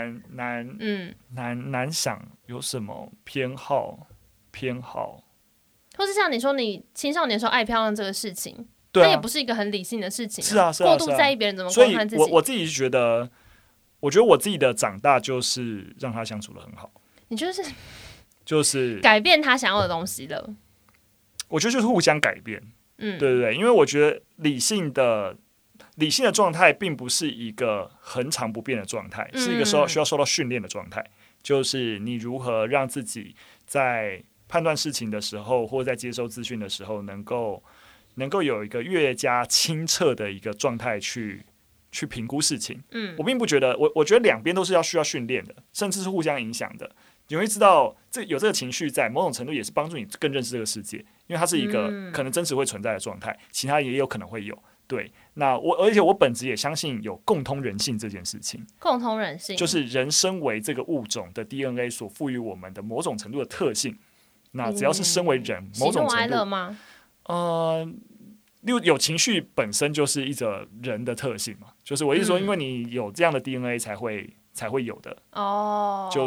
难想有什么偏好， 或是像你说你青少年的时候爱漂亮这个事情。 对啊， 那也不是一个很理性的事情。 是啊， 过度在意别人怎么观看自己。 所以我自己觉得，我觉得我自己的长大就是让他相处的很好。 你就是改变他想要的东西了。 我觉得就是互相改变。对，因为我觉得理性的状态并不是一个恒常不变的状态，是一个需要受到训练的状态。就是你如何让自己在判断事情的时候，或者在接收资讯的时候，能够有一个越加清澈的一个状态去评估事情。我并不觉得，我觉得两边都是需要训练的，甚至是互相影响的。你会知道，有这个情绪在某种程度也是帮助你更认识这个世界，因为它是一个可能真实会存在的状态，其他也有可能会有。对，而且我本质也相信有共通人性这件事情。 共通人性就是人身为这个物种的 DNA 所赋予我们的某种程度的特性。那只要是身为人，某种程度，喜怒哀乐吗？有情绪本身就是一种人的特性嘛，就是我意思说，因为你有这样的 DNA 才会有的就是，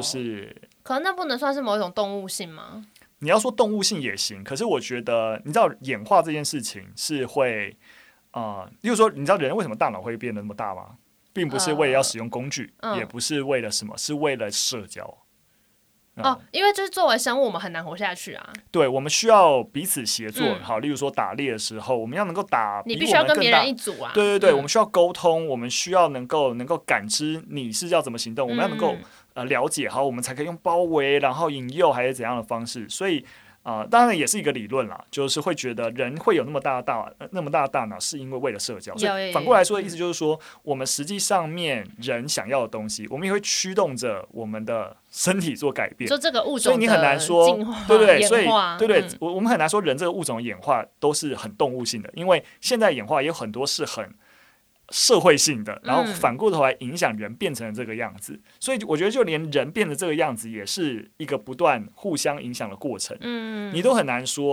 可能那不能算是某一种动物性吗？ 你要说动物性也行，可是我觉得，你知道演化这件事情是会例如说，你知道人为什么大脑会变得那么大吗？并不是为了要使用工具，也不是为了什么，是为了社交。 因为就是作为生物，我们很难活下去啊。 对，我们需要彼此协作。好，例如说打猎的时候，我们要能够打， 你必须要跟别人一组啊。 对，我们需要沟通，我们需要能够感知你是要怎么行动，我们要能够了解，好，我们才可以用包围，然后引诱还是怎样的方式。所以当然也是一个理论啦，就是会觉得人会有那么大的大脑，是因为了社交。所以反过来说的意思就是说，我们实际上面人想要的东西，我们也会驱动着我们的身体做改变。 就这个物种所以你很难说，对，所以对，我们很难说人这个物种的演化都是很动物性的，因为现在演化也有很多是很社会性的，然后反过头来影响人变成了这个样子。所以我觉得就连人变成这个样子也是一个不断互相影响的过程。你都很难说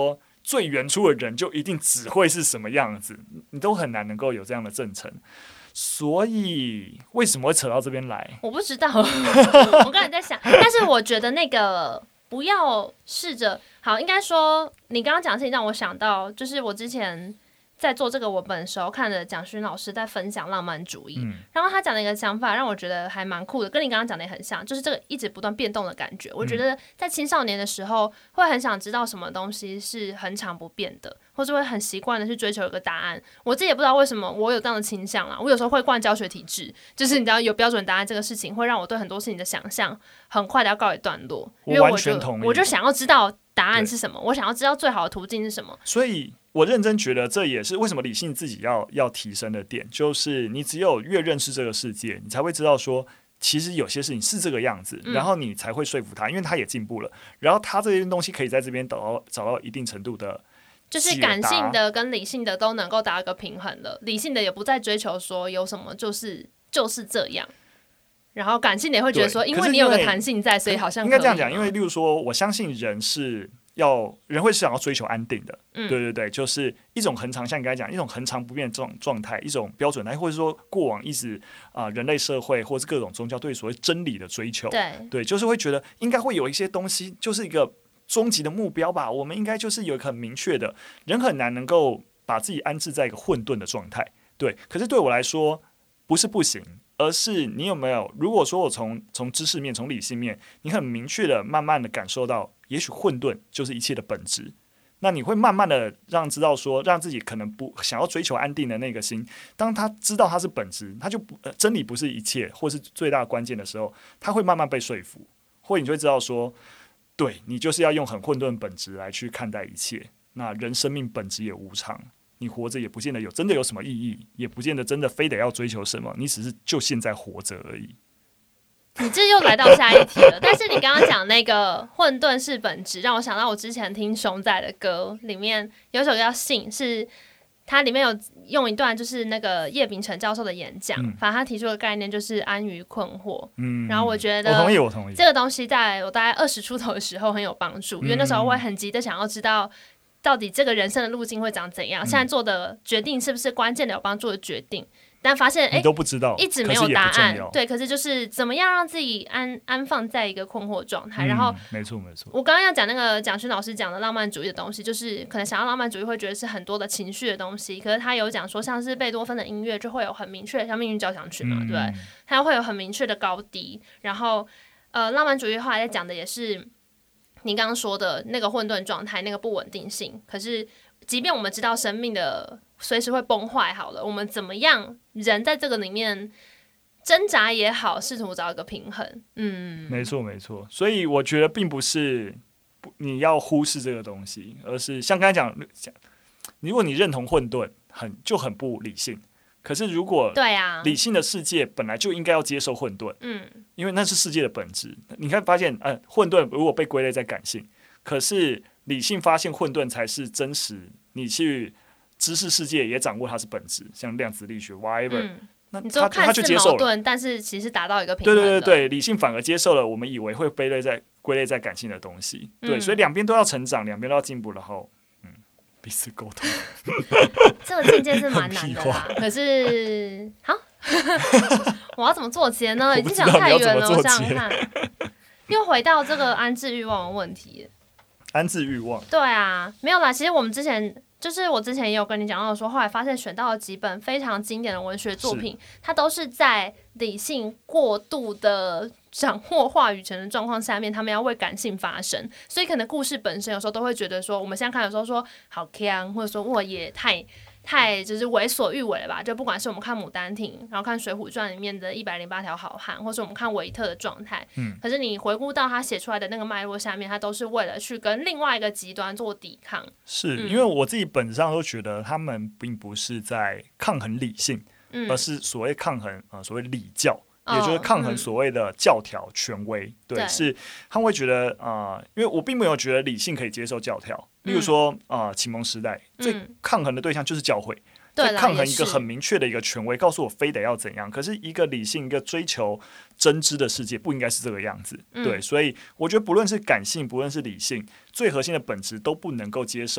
最原初的人就一定只会是什么样子，你都很难能够有这样的证成。所以为什么会扯到这边来？ 我不知道，我刚才在想，但是我觉得那个不要试着好，应该说你刚刚讲的事情让我想到，就是我之前在做这个文本的时候，看着蒋勋老师在分享浪漫主义，然后他讲的一个想法让我觉得还蛮酷的，跟你刚刚讲的也很像，就是这个一直不断变动的感觉。我觉得在青少年的时候，会很想知道什么东西是恒常不变的，或是会很习惯的去追求一个答案。我自己也不知道为什么我有这样的倾向啦。我有时候会惯教学体制，就是你知道有标准答案这个事情，会让我对很多事情的想象很快的要告一段落，因为我完全同意， 我就想要知道答案是什么，我想要知道最好的途径是什么， 所以我认真觉得这也是为什么理性自己要提升的点，就是你只有越认识这个世界，你才会知道说其实有些事情是这个样子，然后你才会说服他，因为他也进步了，然后他这些东西可以在这边找到一定程度的， 就是感性的跟理性的都能够达到一个平衡了，理性的也不再追求说有什么就是这样，然后感性的也会觉得说因为你有个弹性在，所以好像应该这样讲，因为例如说我相信人会想要追求安定的，对对对，就是一种恒常，像你刚才讲一种恒常不变的状态，一种标准，或者说过往一直人类社会或是各种宗教对所谓真理的追求，对，就是会觉得应该会有一些东西，就是一个终极的目标吧，我们应该就是有一个很明确的，人很难能够把自己安置在一个混沌的状态，对，可是对我来说不是不行，而是你有没有，如果说我从知识面从理性面，你很明确的慢慢的感受到也许混沌就是一切的本质，那你会慢慢的让自己可能不想要追求安定的那个心，当他知道它是本质，他就真理不是一切或是最大的关键的时候，他会慢慢被说服，或你就会知道说对，你就是要用很混沌本质来去看待一切，那人生命本质也无常，你活着也不见得真的有什么意义，也不见得真的非得要追求什么，你只是就现在活着而已。 你这又来到下一题了，但是你刚刚讲那个混沌是本质，让我想到我之前听熊仔的歌，里面有一首歌叫《信》，是他里面有用一段就是那个叶秉成教授的演讲，反正他提出的概念就是安于困惑。然后我觉得我同意这个东西在我大概20出头的时候很有帮助，因为那时候我会很急的想要知道到底这个人生的路径会长怎样，现在做的决定是不是关键的有帮助的决定，但发现你都不知道， 一直没有答案。对，可是就是怎么样让自己安放在一个困惑状态。然后没错， 我刚刚要讲那个蒋勋老师讲的浪漫主义的东西，就是可能想要浪漫主义会觉得是很多的情绪的东西，可是他有讲说像是贝多芬的音乐就会有很明确，像命运交响曲嘛，对不对？它会有很明确的高低。然后浪漫主义后来在讲的也是你刚刚说的那个混沌状态，那个不稳定性。可是即便我们知道生命的随时会崩坏好了，我们怎么样人在这个里面挣扎也好，试图找一个平衡。 没错，所以我觉得并不是你要忽视这个东西，而是像刚才讲，如果你认同混沌就很不理性，可是如果理性的世界本来就应该要接受混沌，因为那是世界的本质。你看发现混沌如果被归类在感性，可是理性发现混沌才是真实，你去知识世界也掌握它是本质，像量子力学 whatever，那你说看似矛盾，但是其实达到一个平衡。 对，理性反而接受了我们以为会归类在感性的东西。对，所以两边都要成长，两边都要进步，然后彼此沟通。 这个境界是蛮难的啦。可是好，我要怎么做结呢？已经讲太远了，我想想看，又回到这个安置欲望的问题。 安置欲望？对啊，没有啦。其实我们之前也有跟你讲到说，后来发现选到了几本非常经典的文学作品，它都是在理性过度的掌握话语权的状况下面，他们要为感性发声，所以可能故事本身有时候都会觉得说，我们现在看有时候说好强，或者说我也太就是为所欲为了吧？就不管是我们看《牡丹亭》，然后看《水浒传》里面的108条好汉，或是我们看维特的状态，可是你回顾到他写出来的那个脉络下面，他都是为了去跟另外一个极端做抵抗。 是因为我自己本质上都觉得他们并不是在抗衡理性，而是所谓抗衡所谓礼教。也就是抗衡所谓的教条权威，对，是他们会觉得因为我并没有觉得理性可以接受教条，例如说启蒙时代最抗衡的对象就是教会，在抗衡一个很明确的一个权威，告诉我非得要怎样。可是一个理性、一个追求真知的世界不应该是这个样子，对，所以我觉得不论是感性，不论是理性，最核心的本质都不能够接受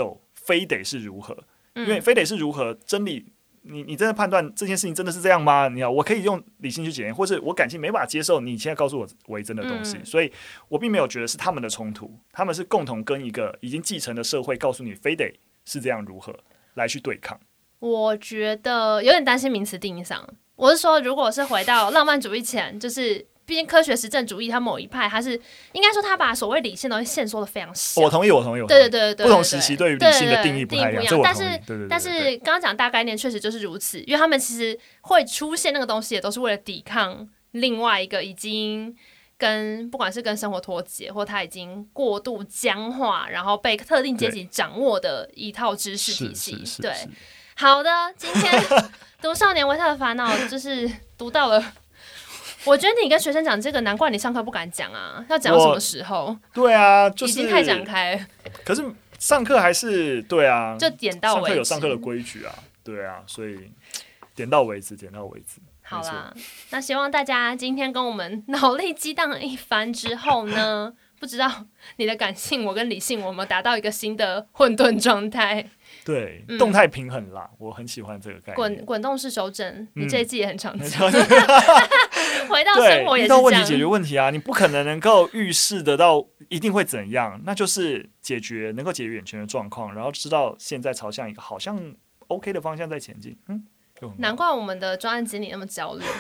非得是如何，因为非得是如何真理。你真的判断这件事情真的是这样吗？我可以用理性去检验，或者我感性没办法接受你现在告诉我为真的东西，所以我并没有觉得是他们的冲突，他们是共同跟一个已经继承的社会告诉你非得是这样如何来去对抗。 我觉得有点担心名词定义上，我是说，如果是回到浪漫主义前，就是毕竟科学实证主义，它某一派，它是应该说它把所谓理性的东西限缩的非常小。 我同意。对，不同时期对于理性的定义不太一样， 但是刚刚讲大概念确实就是如此，因为他们其实会出现那个东西，也都是为了抵抗另外一个已经不管是跟生活脱节，或它已经过度僵化，然后被特定阶级掌握的一套知识体系。对，好的，今天读少年维特的烦恼就是读到了。我觉得你跟学生讲这个，难怪你上课不敢讲啊！要讲到什么时候？ 对啊，就是已经太展开了。 可是上课还是对啊， 就点到为止。 上课有上课的规矩啊，对啊，所以点到为止。 好啦，那希望大家今天跟我们脑力激荡一番之后呢，不知道你的感性我跟理性我们达到一个新的混沌状态。 对，动态平衡啦，我很喜欢这个概念。 滚动式修正，你这一季也很常讲。回到生活也是这样，遇到问题解决问题啊，你不可能够预示得到一定会怎样，那就是能够解决眼前的状况，然后知道现在朝向一个好像 OK 的方向在前进。 难怪我们的专案经理那么焦虑。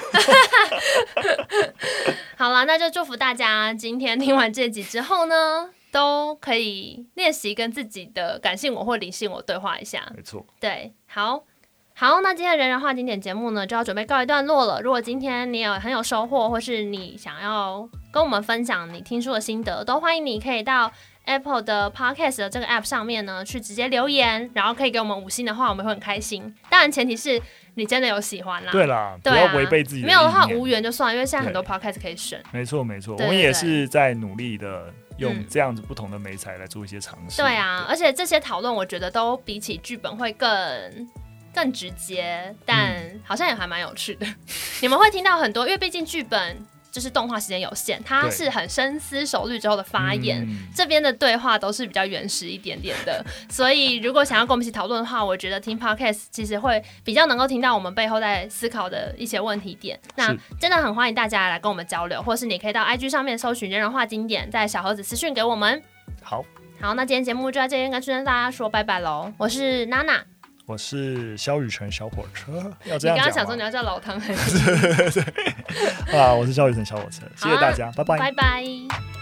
好了，那就祝福大家今天听完这集之后呢，都可以练习跟自己的感性我或理性我对话一下。 没错， 对，好，那今天的人人话经典节目呢，就要准备告一段落了。如果今天你很有收获，或是你想要跟我们分享你听书的心得，都欢迎你可以到 Apple 的 Podcast 的这个 App 上面呢，去直接留言，然后可以给我们5星的话，我们会很开心。当然前提是你真的有喜欢啦。 对啦，不要违背自己的意念。 没有的话无缘就算了，因为现在很多 Podcast 可以选。 没错，我们也是在努力的用这样子不同的媒材来做一些尝试。 对啊，而且这些讨论我觉得都比起剧本会更直接，但好像也还蛮有趣的。你们会听到很多，因为毕竟剧本就是动画时间有限，它是很深思熟虑之后的发言，这边的对话都是比较原始一点点的，所以如果想要跟我们一起讨论的话，我觉得听 podcast 其实会比较能够听到我们背后在思考的一些问题点。那真的很欢迎大家来跟我们交流，或是你可以到 IG 上面搜寻人人话经典，在小盒子私讯给我们。好，那今天节目就在这边跟大家说拜拜喽。我是娜娜， 我是萧雨辰小火车。要这样讲吗？你刚刚想说你要叫老汤还是？ 我是萧雨辰小火车。谢谢大家，拜拜。 拜拜。